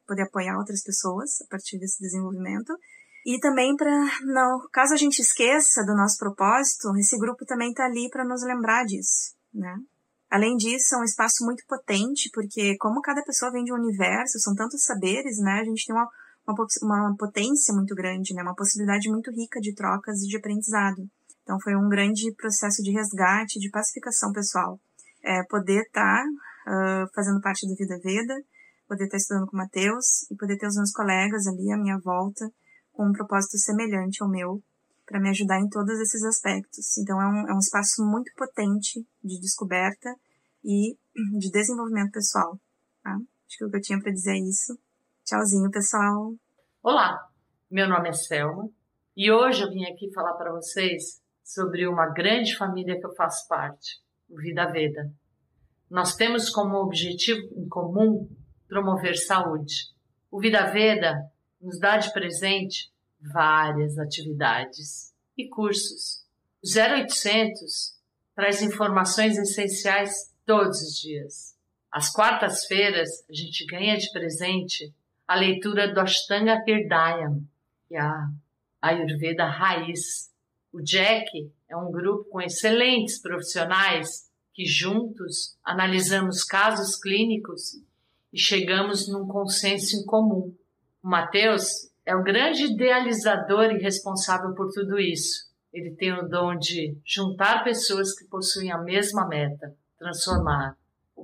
poder apoiar outras pessoas a partir desse desenvolvimento. E também para, caso a gente esqueça do nosso propósito, esse grupo também está ali para nos lembrar disso, né? Além disso, é um espaço muito potente, porque como cada pessoa vem de um universo, são tantos saberes, né? A gente tem uma, uma, uma potência muito grande, né? Uma possibilidade muito rica de trocas e de aprendizado. Então, foi um grande processo de resgate, de pacificação pessoal. É, poder estar tá, uh, fazendo parte do Vida Veda, poder estar tá estudando com o Matheus e poder ter os meus colegas ali à minha volta com um propósito semelhante ao meu, para me ajudar em todos esses aspectos. Então, é um, é um espaço muito potente de descoberta e de desenvolvimento pessoal. Tá? Acho que o que eu tinha para dizer é isso. Tchauzinho, pessoal. Olá, meu nome é Selma e hoje eu vim aqui falar para vocês sobre uma grande família que eu faço parte, o Vida Veda. Nós temos como objetivo em comum promover saúde. O Vida Veda nos dá de presente várias atividades e cursos. O zero oitocentos traz informações essenciais todos os dias. Às quartas-feiras, a gente ganha de presente a leitura do Ashtanga Hridayam, que é a Ayurveda raiz. O Jack é um grupo com excelentes profissionais que juntos analisamos casos clínicos e chegamos num consenso em comum. O Matheus é o grande idealizador e responsável por tudo isso. Ele tem o dom de juntar pessoas que possuem a mesma meta, transformar.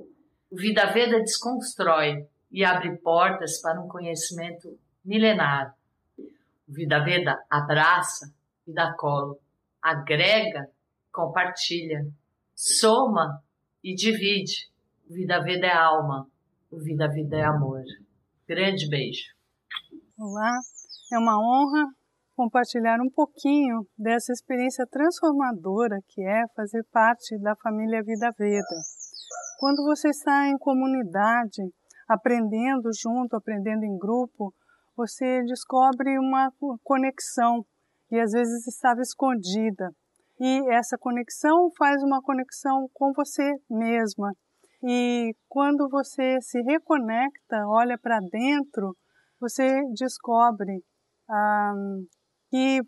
O Vida Veda desconstrói e abre portas para um conhecimento milenar. O Vida Veda abraça e dá colo, agrega, compartilha, soma e divide. O Vida Veda é alma, o Vida Veda é amor. Grande beijo. Olá, é uma honra compartilhar um pouquinho dessa experiência transformadora que é fazer parte da família Vida Veda. Quando você está em comunidade, aprendendo junto, aprendendo em grupo, você descobre uma conexão que às vezes estava escondida. E essa conexão faz uma conexão com você mesma. E quando você se reconecta, olha para dentro, você descobre ah, que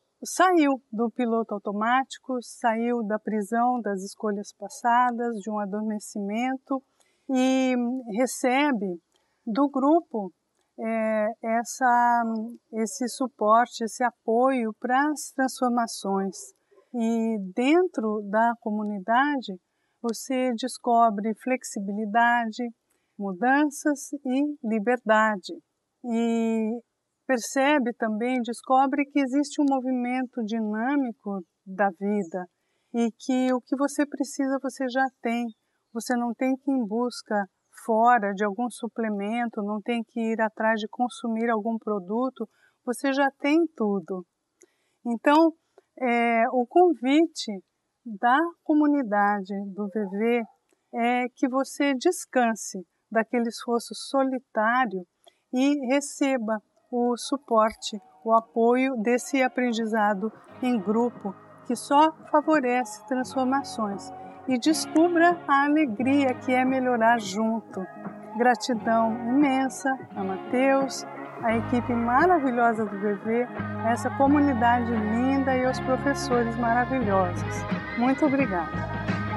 saiu do piloto automático, saiu da prisão das escolhas passadas, de um adormecimento e recebe do grupo é, essa, esse suporte, esse apoio para as transformações. E dentro da comunidade você descobre flexibilidade, mudanças e liberdade. E percebe também, descobre que existe um movimento dinâmico da vida e que o que você precisa você já tem. Você não tem que ir em busca fora de algum suplemento, não tem que ir atrás de consumir algum produto, você já tem tudo. Então, é, o convite da comunidade do V V é que você descanse daquele esforço solitário e receba o suporte, o apoio desse aprendizado em grupo que só favorece transformações e descubra a alegria que é melhorar junto. Gratidão imensa a Matheus, a equipe maravilhosa do V V, essa comunidade linda e aos professores maravilhosos. Muito obrigada.